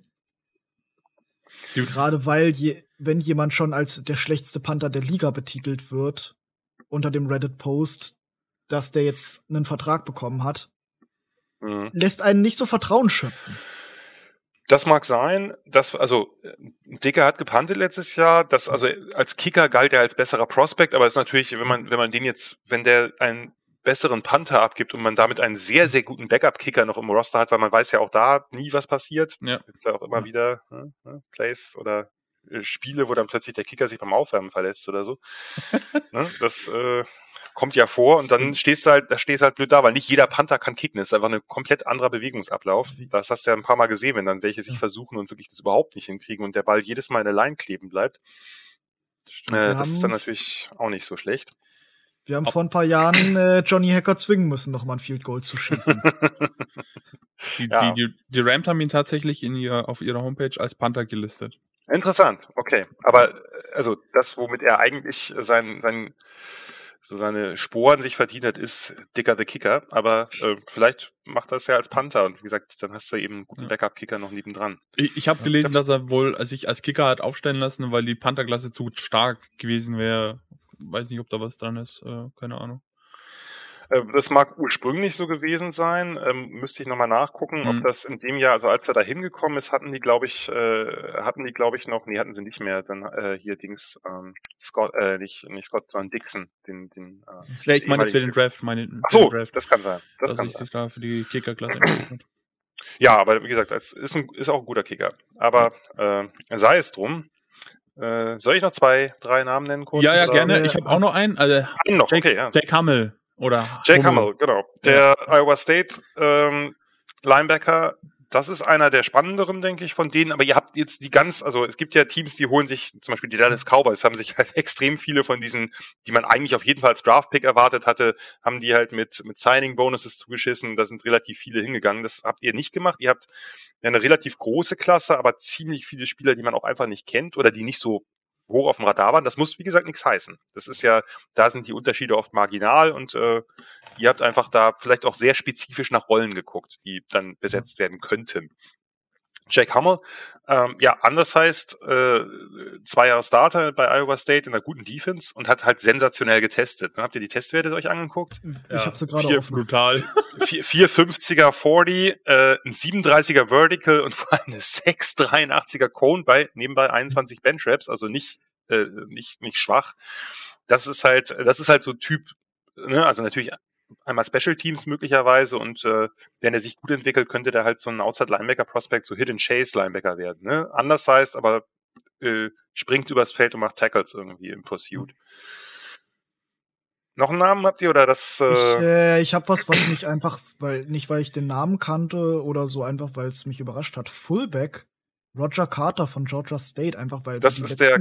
Gerade weil, wenn jemand schon als der schlechteste Panther der Liga betitelt wird, unter dem Reddit-Post, dass der jetzt einen Vertrag bekommen hat, lässt einen nicht so Vertrauen schöpfen. Das mag sein, Dicker hat gepuntet letztes Jahr, als Kicker galt er als besserer Prospect, aber es ist natürlich, wenn der einen besseren Panther abgibt und man damit einen sehr, sehr guten Backup-Kicker noch im Roster hat, weil man weiß ja auch da nie, was passiert. Ja. Gibt's ja auch immer wieder Plays oder Spiele, wo dann plötzlich der Kicker sich beim Aufwärmen verletzt oder so. Ne? Das kommt ja vor und dann stehst du halt blöd da, weil nicht jeder Panther kann kicken. Das ist einfach ein komplett anderer Bewegungsablauf. Das hast du ja ein paar Mal gesehen, wenn dann welche sich versuchen und wirklich das überhaupt nicht hinkriegen und der Ball jedes Mal in der Line kleben bleibt. Das ist dann natürlich auch nicht so schlecht. Wir haben vor ein paar Jahren Johnny Hacker zwingen müssen, nochmal ein Field Goal zu schießen. Die Rams haben ihn tatsächlich auf ihrer Homepage als Panther gelistet. Interessant, okay. Aber also das, womit er eigentlich seine Sporen sich verdient hat, ist Dicker the Kicker. Aber vielleicht macht er es ja als Panther. Und wie gesagt, dann hast du eben einen guten Backup-Kicker noch nebendran. Ich habe gelesen, dass er wohl sich als Kicker hat aufstellen lassen, weil die Panther-Klasse zu stark gewesen wäre. Weiß nicht, ob da was dran ist. Keine Ahnung. Das mag ursprünglich so gewesen sein. Müsste ich nochmal nachgucken, ob das in dem Jahr, also als er da hingekommen ist, hatten sie nicht mehr. Dann hier Scott, nicht Scott, sondern Dixon. Ich meine jetzt für den Draft. Das kann sein. Dass ich sich da für die Kicker-Klasse entschieden. Ja, aber wie gesagt, es ist auch ein guter Kicker. Aber sei es drum. Soll ich noch 2, 3 Namen nennen? Kurz? Ja, gerne. Ich habe auch noch einen. Also einen noch, okay, ja. Jake Hummel. Jake Hummel, genau. Der Iowa State Linebacker, das ist einer der spannenderen, denke ich, von denen. Aber ihr habt jetzt es gibt ja Teams, die holen sich, zum Beispiel die Dallas Cowboys, haben sich halt extrem viele von diesen, die man eigentlich auf jeden Fall als Draft-Pick erwartet hatte, haben die halt mit Signing-Bonuses zugeschissen. Da sind relativ viele hingegangen. Das habt ihr nicht gemacht. Ihr habt ja eine relativ große Klasse, aber ziemlich viele Spieler, die man auch einfach nicht kennt oder die nicht so hoch auf dem Radar waren. Das muss, wie gesagt, nichts heißen. Das ist ja, da sind die Unterschiede oft marginal und ihr habt einfach da vielleicht auch sehr spezifisch nach Rollen geguckt, die dann besetzt werden könnten. Jake Hummel, anders heißt 2 Jahre Starter bei Iowa State in einer guten Defense und hat halt sensationell getestet. Habt ihr die Testwerte euch angeguckt? Ich habe sie gerade offen. Brutal. 4,50er 40, ein 37er Vertical und vor allem eine 6,83er Cone bei nebenbei 21 Bench Reps, also nicht schwach. Das ist halt so Typ, ne? Also natürlich einmal Special Teams möglicherweise und wenn er sich gut entwickelt, könnte der halt so ein Outside Linebacker Prospect, so Hidden Chase Linebacker werden. Ne? Anders heißt, aber springt übers Feld und macht Tackles irgendwie im Pursuit. Noch einen Namen habt ihr oder das? Ich habe was mich einfach, weil ich den Namen kannte oder so einfach, weil es mich überrascht hat. Fullback Roger Carter von Georgia State, einfach weil das ist der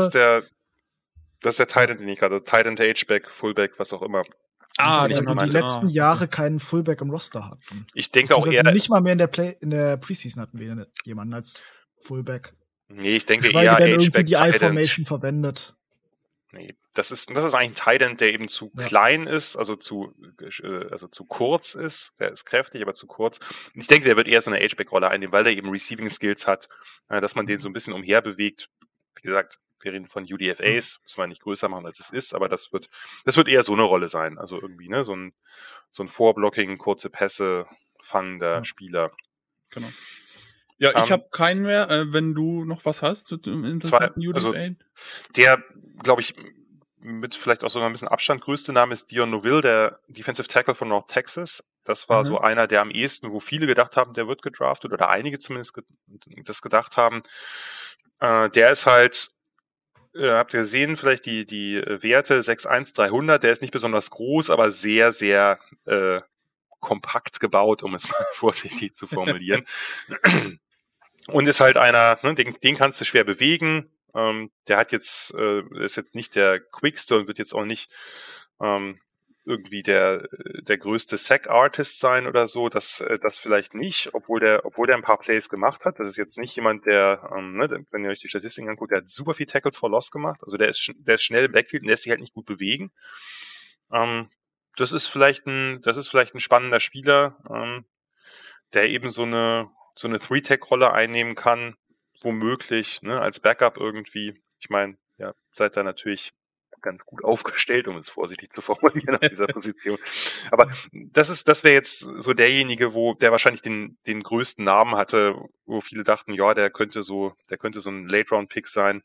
Tight End, den ich gerade, Tight End, H-Back, Fullback, was auch immer. Die letzten Jahre keinen Fullback im Roster hatten. Ich denke auch eher. Nicht mal mehr in der Preseason hatten wir jemanden als Fullback. Nee, ich denke eher H-Back. Die I-Formation verwendet. Nee, das ist eigentlich ein Tight End, der eben zu klein ist, also zu kurz ist. Der ist kräftig, aber zu kurz. Ich denke, der wird eher so eine H-Back-Rolle einnehmen, weil der eben Receiving Skills hat, dass man den so ein bisschen umher bewegt. Wie gesagt, wir reden von UDFAs, müssen wir nicht größer machen, als es ist, aber das wird eher so eine Rolle sein. Also irgendwie, ne, so ein Vorblocking, kurze Pässe, fangender Spieler. Genau. Ja, ich habe keinen mehr. Wenn du noch was hast zu interessanten UDFA. Der, glaube ich, mit vielleicht auch so ein bisschen Abstand größte Name ist Dion Noville, der Defensive Tackle von North Texas. Das war so einer, der am ehesten, wo viele gedacht haben, der wird gedraftet, oder einige zumindest das gedacht haben. Der ist halt, habt ihr gesehen, vielleicht die Werte 6'1", 300. Der ist nicht besonders groß, aber sehr, sehr kompakt gebaut, um es mal vorsichtig zu formulieren. Und ist halt einer, ne, den kannst du schwer bewegen. Der hat jetzt, ist jetzt nicht der quickste und wird jetzt auch nicht irgendwie der größte Sack-Artist sein oder so, das vielleicht nicht, obwohl der ein paar Plays gemacht hat. Das ist jetzt nicht jemand, der, wenn ihr euch die Statistiken anguckt, der hat super viel Tackles for Loss gemacht. Also der ist schnell im Backfield und lässt sich halt nicht gut bewegen. Das ist vielleicht ein spannender Spieler, der eben so eine 3-Tech-Rolle einnehmen kann, womöglich, ne, als Backup irgendwie. Ich meine, ja, seid da natürlich ganz gut aufgestellt, um es vorsichtig zu formulieren auf dieser Position. Aber das wäre jetzt so derjenige, der wahrscheinlich den größten Namen hatte, wo viele dachten, ja, der könnte so ein Late-Round-Pick sein.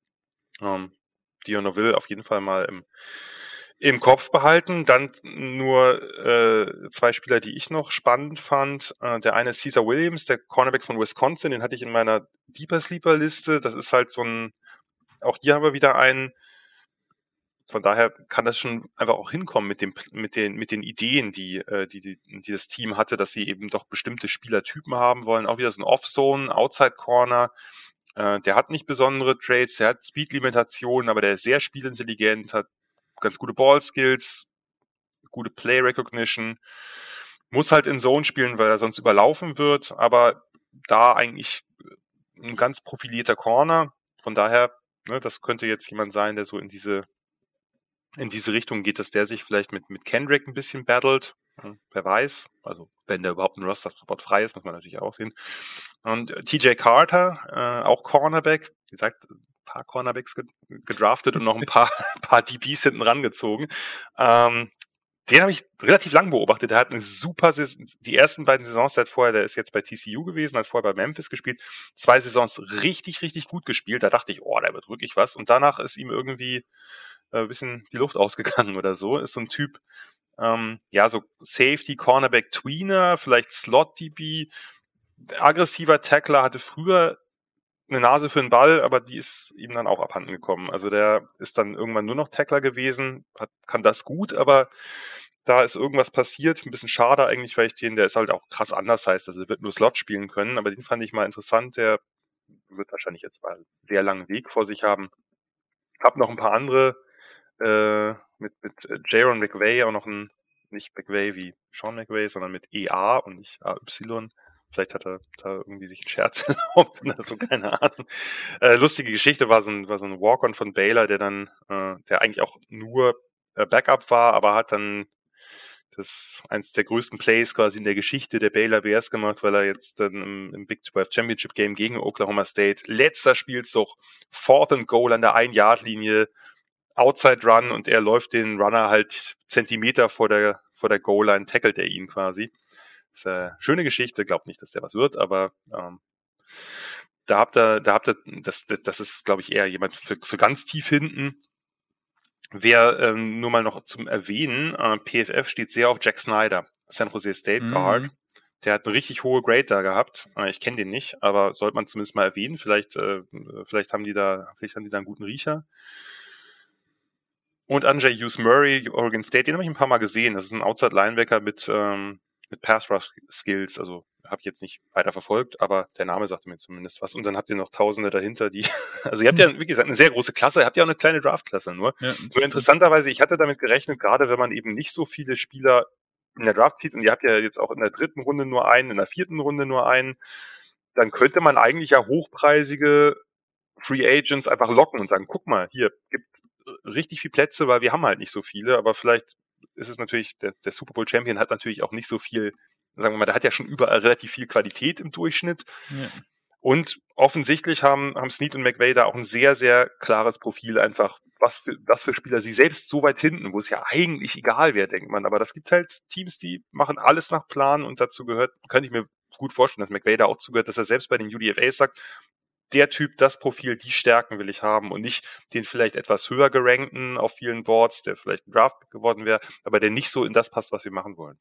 Dion Noville auf jeden Fall mal im Kopf behalten. Dann nur 2 Spieler, die ich noch spannend fand. Der eine ist Caesar Williams, der Cornerback von Wisconsin, den hatte ich in meiner Deeper Sleeper Liste. Das ist halt auch hier haben wir wieder einen. Von daher kann das schon einfach auch hinkommen mit den Ideen, die das Team hatte, dass sie eben doch bestimmte Spielertypen haben wollen. Auch wieder so ein Off-Zone, Outside-Corner. Der hat nicht besondere Traits, der hat Speed-Limitationen, aber der ist sehr spielintelligent, hat ganz gute Ball-Skills, gute Play-Recognition. Muss halt in Zone spielen, weil er sonst überlaufen wird, aber da eigentlich ein ganz profilierter Corner. Von daher, ne, das könnte jetzt jemand sein, der so in diese Richtung geht, dass der sich vielleicht mit Kendrick ein bisschen battelt. Wer weiß. Also, wenn der überhaupt ein Roster-Spot frei ist, muss man natürlich auch sehen. Und TJ Carter, auch Cornerback. Wie gesagt, ein paar Cornerbacks gedraftet und noch ein paar DBs hinten rangezogen. Den habe ich relativ lang beobachtet. Der hat eine super Saison, die ersten beiden Saisons, der ist jetzt bei TCU gewesen, hat vorher bei Memphis gespielt. 2 Saisons richtig, richtig gut gespielt. Da dachte ich, der wird wirklich was. Und danach ist ihm irgendwie ein bisschen die Luft ausgegangen oder so. Ist so ein Typ, so Safety, Cornerback, Tweener, vielleicht Slot-DB, aggressiver Tackler, hatte früher eine Nase für den Ball, aber die ist ihm dann auch abhanden gekommen. Also der ist dann irgendwann nur noch Tackler gewesen, kann das gut, aber da ist irgendwas passiert. Ein bisschen schade eigentlich, weil der ist halt auch krass anders heißt, also der wird nur Slot spielen können, aber den fand ich mal interessant. Der wird wahrscheinlich jetzt mal einen sehr langen Weg vor sich haben. Hab noch ein paar andere, mit Jaron McVay, auch noch nicht McVay wie Sean McVay, sondern mit EA und nicht AY. Vielleicht hat er da irgendwie sich einen Scherz erlaubt oder so, keine Ahnung. Lustige Geschichte war so ein Walk-on von Baylor, der dann, der eigentlich auch nur Backup war, aber hat dann eins der größten Plays quasi in der Geschichte der Baylor Bears gemacht, weil er jetzt dann im Big 12 Championship Game gegen Oklahoma State, letzter Spielzug, 4th and Goal an der 1-Yard-Linie, Outside Run und er läuft den Runner halt Zentimeter vor der Goal-Line, tackelt er ihn quasi. Das ist eine schöne Geschichte, glaubt nicht, dass der was wird, aber da habt ihr, das ist, glaube ich, eher jemand für ganz tief hinten. Wer nur mal noch zum Erwähnen, PFF steht sehr auf Jack Snyder, San Jose State Guard. Der hat eine richtig hohe Grade da gehabt. Ich kenne den nicht, aber sollte man zumindest mal erwähnen. Vielleicht haben die da einen guten Riecher. Und Anjay Hughes Murray, Oregon State, den habe ich ein paar Mal gesehen. Das ist ein Outside-Linebacker mit Pass-Rush-Skills. Also habe ich jetzt nicht weiter verfolgt, aber der Name sagte mir zumindest was. Und dann habt ihr noch Tausende dahinter, also ihr habt ja, wie gesagt, eine sehr große Klasse. Ihr habt ja auch eine kleine Draftklasse nur. Ja. Nur interessanterweise, ich hatte damit gerechnet, gerade wenn man eben nicht so viele Spieler in der Draft zieht und ihr habt ja jetzt auch in der 3. Runde nur einen, in der 4. Runde nur einen, dann könnte man eigentlich ja hochpreisige Free Agents einfach locken und sagen, guck mal, hier gibt richtig viele Plätze, weil wir haben halt nicht so viele, aber vielleicht ist es natürlich, der Super Bowl Champion hat natürlich auch nicht so viel, sagen wir mal, der hat ja schon überall relativ viel Qualität im Durchschnitt. Ja. Und offensichtlich haben Snead und McVay da auch ein sehr, sehr klares Profil einfach, was für Spieler sie selbst so weit hinten, wo es ja eigentlich egal wäre, denkt man. Aber das gibt halt Teams, die machen alles nach Plan und dazu gehört, könnte ich mir gut vorstellen, dass McVay da auch zugehört, dass er selbst bei den UDFAs sagt, der Typ, das Profil, die Stärken will ich haben und nicht den vielleicht etwas höher gerankten auf vielen Boards, der vielleicht ein Draft geworden wäre, aber der nicht so in das passt, was wir machen wollen.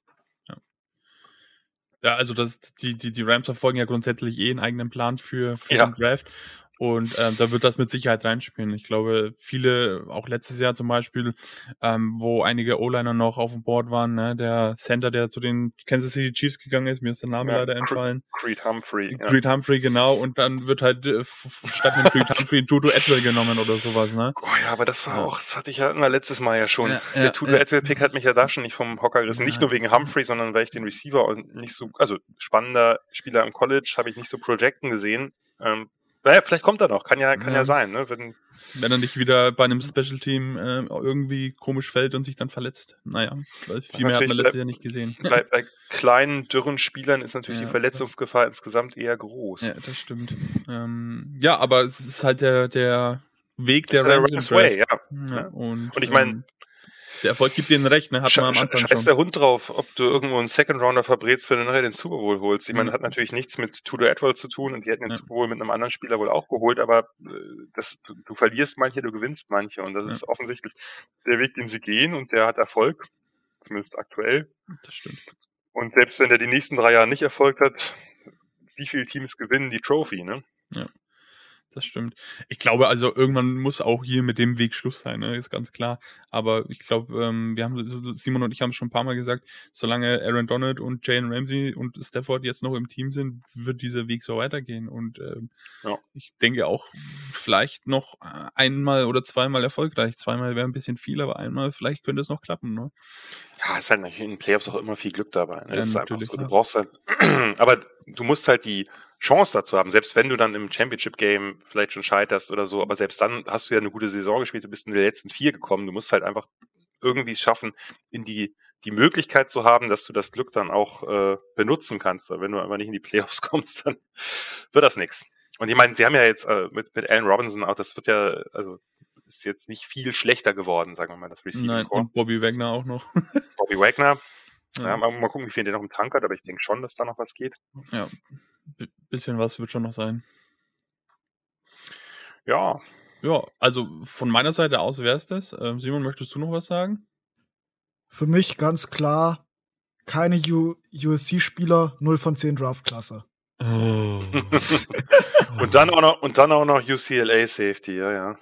Ja, also die Rams verfolgen ja grundsätzlich einen eigenen Plan für den Draft. Und da wird das mit Sicherheit reinspielen. Ich glaube, viele, auch letztes Jahr zum Beispiel, wo einige O-Liner noch auf dem Board waren, ne, der Center, der zu den Kansas City Chiefs gegangen ist, mir ist der Name leider entfallen. Creed Humphrey. Creed Humphrey, genau. Und dann wird halt statt einem Creed Humphrey Tutu Atwell genommen oder sowas, ne? Oh ja, aber das war auch, das hatte ich ja letztes Mal ja schon. Der Tutu Atwell-Pick hat mich ja da schon nicht vom Hocker gerissen. Nicht nur wegen Humphrey, sondern weil ich den Receiver nicht so, also spannender Spieler im College habe ich nicht so projecten gesehen. Naja, vielleicht kommt er noch, kann ja sein, ne? Wenn er nicht wieder bei einem Special Team irgendwie komisch fällt und sich dann verletzt. Naja, weil viel mehr hat man letztes Jahr nicht gesehen. Bei kleinen, dürren Spielern ist natürlich die Verletzungsgefahr insgesamt eher groß. Ja, das stimmt. Ja, aber es ist halt der Weg der Rams im Draft. Ja. Und ich meine, der Erfolg gibt denen recht, ne? Hat man am Anfang schon. Scheiß der Hund drauf, ob du irgendwo einen Second-Rounder verbrätst, wenn du nachher den Super Bowl holst. Ich meine, das hat natürlich nichts mit Tutu Atwell zu tun und die hätten den Super Bowl mit einem anderen Spieler wohl auch geholt, aber du verlierst manche, du gewinnst manche und das ist offensichtlich der Weg, den sie gehen und der hat Erfolg, zumindest aktuell. Das stimmt. Und selbst wenn der die nächsten 3 Jahre nicht Erfolg hat, wie viele Teams gewinnen die Trophy, ne? Ja. Das stimmt. Ich glaube, also irgendwann muss auch hier mit dem Weg Schluss sein, ne? Ist ganz klar. Aber ich glaube, Simon und ich haben es schon ein paar Mal gesagt, solange Aaron Donald und Jalen Ramsey und Stafford jetzt noch im Team sind, wird dieser Weg so weitergehen. Und ich denke auch vielleicht noch einmal oder zweimal erfolgreich. Zweimal wäre ein bisschen viel, aber einmal vielleicht könnte es noch klappen, ne? Ja, es ist halt natürlich in den Playoffs auch immer viel Glück dabei. Ne? Das ist einfach natürlich, so. Du brauchst halt, aber du musst halt die Chance dazu haben, selbst wenn du dann im Championship-Game vielleicht schon scheiterst oder so, aber selbst dann hast du ja eine gute Saison gespielt, du bist in die letzten 4 gekommen, du musst halt einfach irgendwie es schaffen, in die Möglichkeit zu haben, dass du das Glück dann auch benutzen kannst. Wenn du einfach nicht in die Playoffs kommst, dann wird das nichts. Und ich meine, sie haben ja jetzt mit Allen Robinson auch, das wird ja, also ist jetzt nicht viel schlechter geworden, sagen wir mal, das Receiving Nein, Core. und Bobby Wagner auch noch. Bobby Wagner. Ja, mal gucken, wie viel der noch im Tank hat, aber ich denke schon, dass da noch was geht. Ja, bisschen was wird schon noch sein. Ja. Ja, also von meiner Seite aus wäre es das. Simon, möchtest du noch was sagen? Für mich ganz klar, keine USC-Spieler, 0 von 10 Draftklasse. Oh. und dann auch noch UCLA Safety, ja.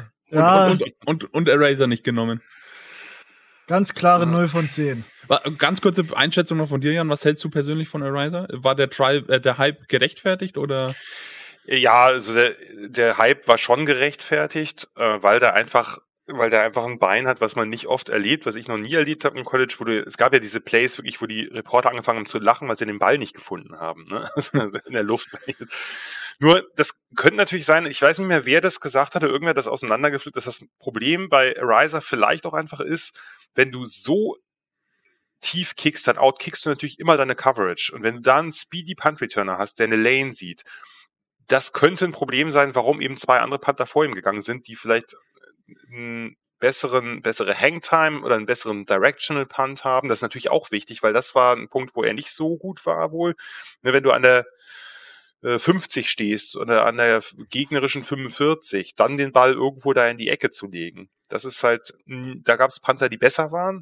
Und Eraser nicht genommen. Ganz klare 0 von 10. Ganz kurze Einschätzung noch von dir, Jan. Was hältst du persönlich von Eraser? War der Hype gerechtfertigt oder? Ja, also der Hype war schon gerechtfertigt, weil der einfach ein Bein hat, was man nicht oft erlebt, was ich noch nie erlebt habe im College, es gab ja diese Plays wirklich, wo die Reporter angefangen haben zu lachen, weil sie den Ball nicht gefunden haben, ne? Also in der Luft. Nur, das könnte natürlich sein, ich weiß nicht mehr, wer das gesagt hatte, irgendwer hat das auseinandergepflückt, dass das Problem bei Eraser vielleicht auch einfach ist, wenn du so tief kickst, dann outkickst du natürlich immer deine Coverage. Und wenn du da einen Speedy Punt-Returner hast, der eine Lane sieht, das könnte ein Problem sein, warum eben 2 andere Panther vor ihm gegangen sind, die vielleicht einen bessere Hangtime oder einen besseren Directional Punt haben. Das ist natürlich auch wichtig, weil das war ein Punkt, wo er nicht so gut war wohl. Wenn du an der 50 stehst oder an der gegnerischen 45, dann den Ball irgendwo da in die Ecke zu legen. Das ist halt, da gab es Panther, die besser waren.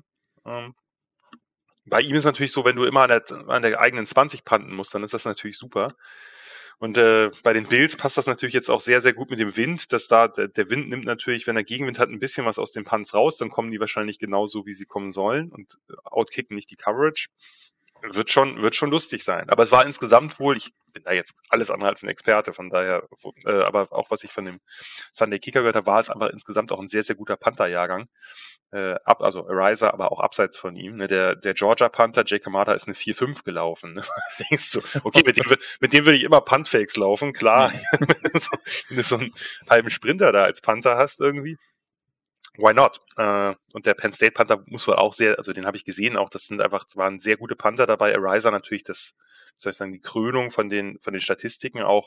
Bei ihm ist natürlich so, wenn du immer an der eigenen 20 punten musst, dann ist das natürlich super. Und bei den Bills passt das natürlich jetzt auch sehr, sehr gut mit dem Wind, dass da der Wind nimmt natürlich, wenn er Gegenwind hat, ein bisschen was aus den Punts raus, dann kommen die wahrscheinlich genauso, wie sie kommen sollen und outkicken nicht die Coverage. Wird schon lustig sein. Aber es war insgesamt wohl, ich bin da jetzt alles andere als ein Experte, von daher, aber auch was ich von dem Sunday Kicker gehört habe, war es einfach insgesamt auch ein sehr, sehr guter Panther-Jahrgang. Also Eraser, aber auch abseits von ihm. Ne? Der Georgia Panther, Jake Amada, ist eine 4-5 gelaufen. Ne? Denkst du, okay, mit dem würde ich immer Punt-Fakes laufen, klar. Wenn du so einen halben Sprinter da als Panther hast irgendwie. Why not? Und der Penn State Panther muss wohl auch also den habe ich gesehen auch, waren sehr gute Panther dabei. Eraser natürlich die Krönung von den Statistiken auch.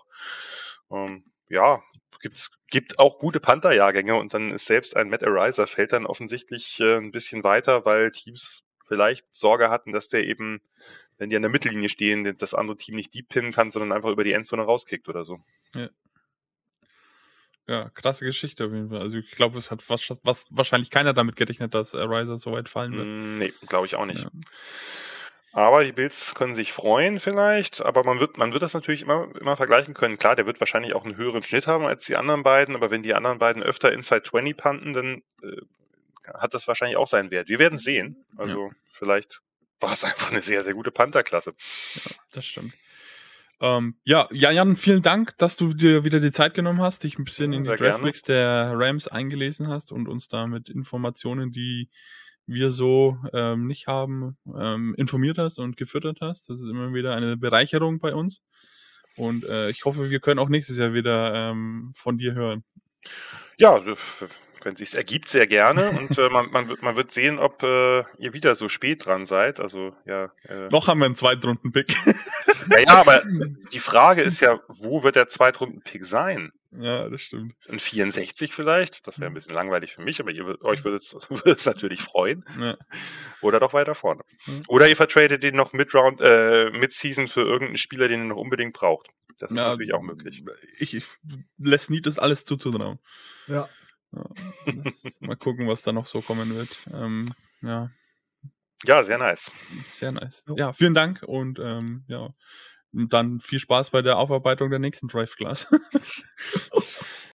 Gibt auch gute Panther-Jahrgänge und dann ist selbst ein Matt Eraser fällt dann offensichtlich ein bisschen weiter, weil Teams vielleicht Sorge hatten, dass der eben wenn die an der Mittellinie stehen, das andere Team nicht deep pinnen kann, sondern einfach über die Endzone rauskickt oder so. Ja, krasse Geschichte auf jeden Fall. Also ich glaube, es hat wahrscheinlich keiner damit gerechnet, dass Riser so weit fallen wird. Nee, glaube ich auch nicht. Ja. Aber die Bills können sich freuen vielleicht, aber man wird das natürlich immer vergleichen können. Klar, der wird wahrscheinlich auch einen höheren Schnitt haben als die anderen beiden, aber wenn die anderen beiden öfter Inside 20 punten, dann hat das wahrscheinlich auch seinen Wert. Wir werden sehen. Also vielleicht war es einfach eine sehr, sehr gute Panther-Klasse. Ja, das stimmt. Jan, vielen Dank, dass du dir wieder die Zeit genommen hast, dich ein bisschen in die Draftpicks der Rams eingelesen hast und uns da mit Informationen, die wir so nicht haben, informiert hast und gefüttert hast. Das ist immer wieder eine Bereicherung bei uns. Und ich hoffe, wir können auch nächstes Jahr wieder von dir hören. Ja, also, wenn es sich ergibt, sehr gerne. Und man wird sehen, ob ihr wieder so spät dran seid. Also Noch haben wir einen Zweitrunden-Pick. Ja, aber die Frage ist ja, wo wird der Zweitrunden-Pick sein? Ja, das stimmt. In 64 vielleicht? Das wäre ein bisschen langweilig für mich, aber euch würde es natürlich freuen. Ja. Oder doch weiter vorne. Oder ihr vertradet den noch Mid-Season für irgendeinen Spieler, den ihr noch unbedingt braucht. Das ist natürlich auch möglich. Ich lässt nie das alles zuzutrauen. Ja. Mal gucken, was da noch so kommen wird. Ja, sehr nice. Sehr nice. Ja, vielen Dank und dann viel Spaß bei der Aufarbeitung der nächsten Drive Class.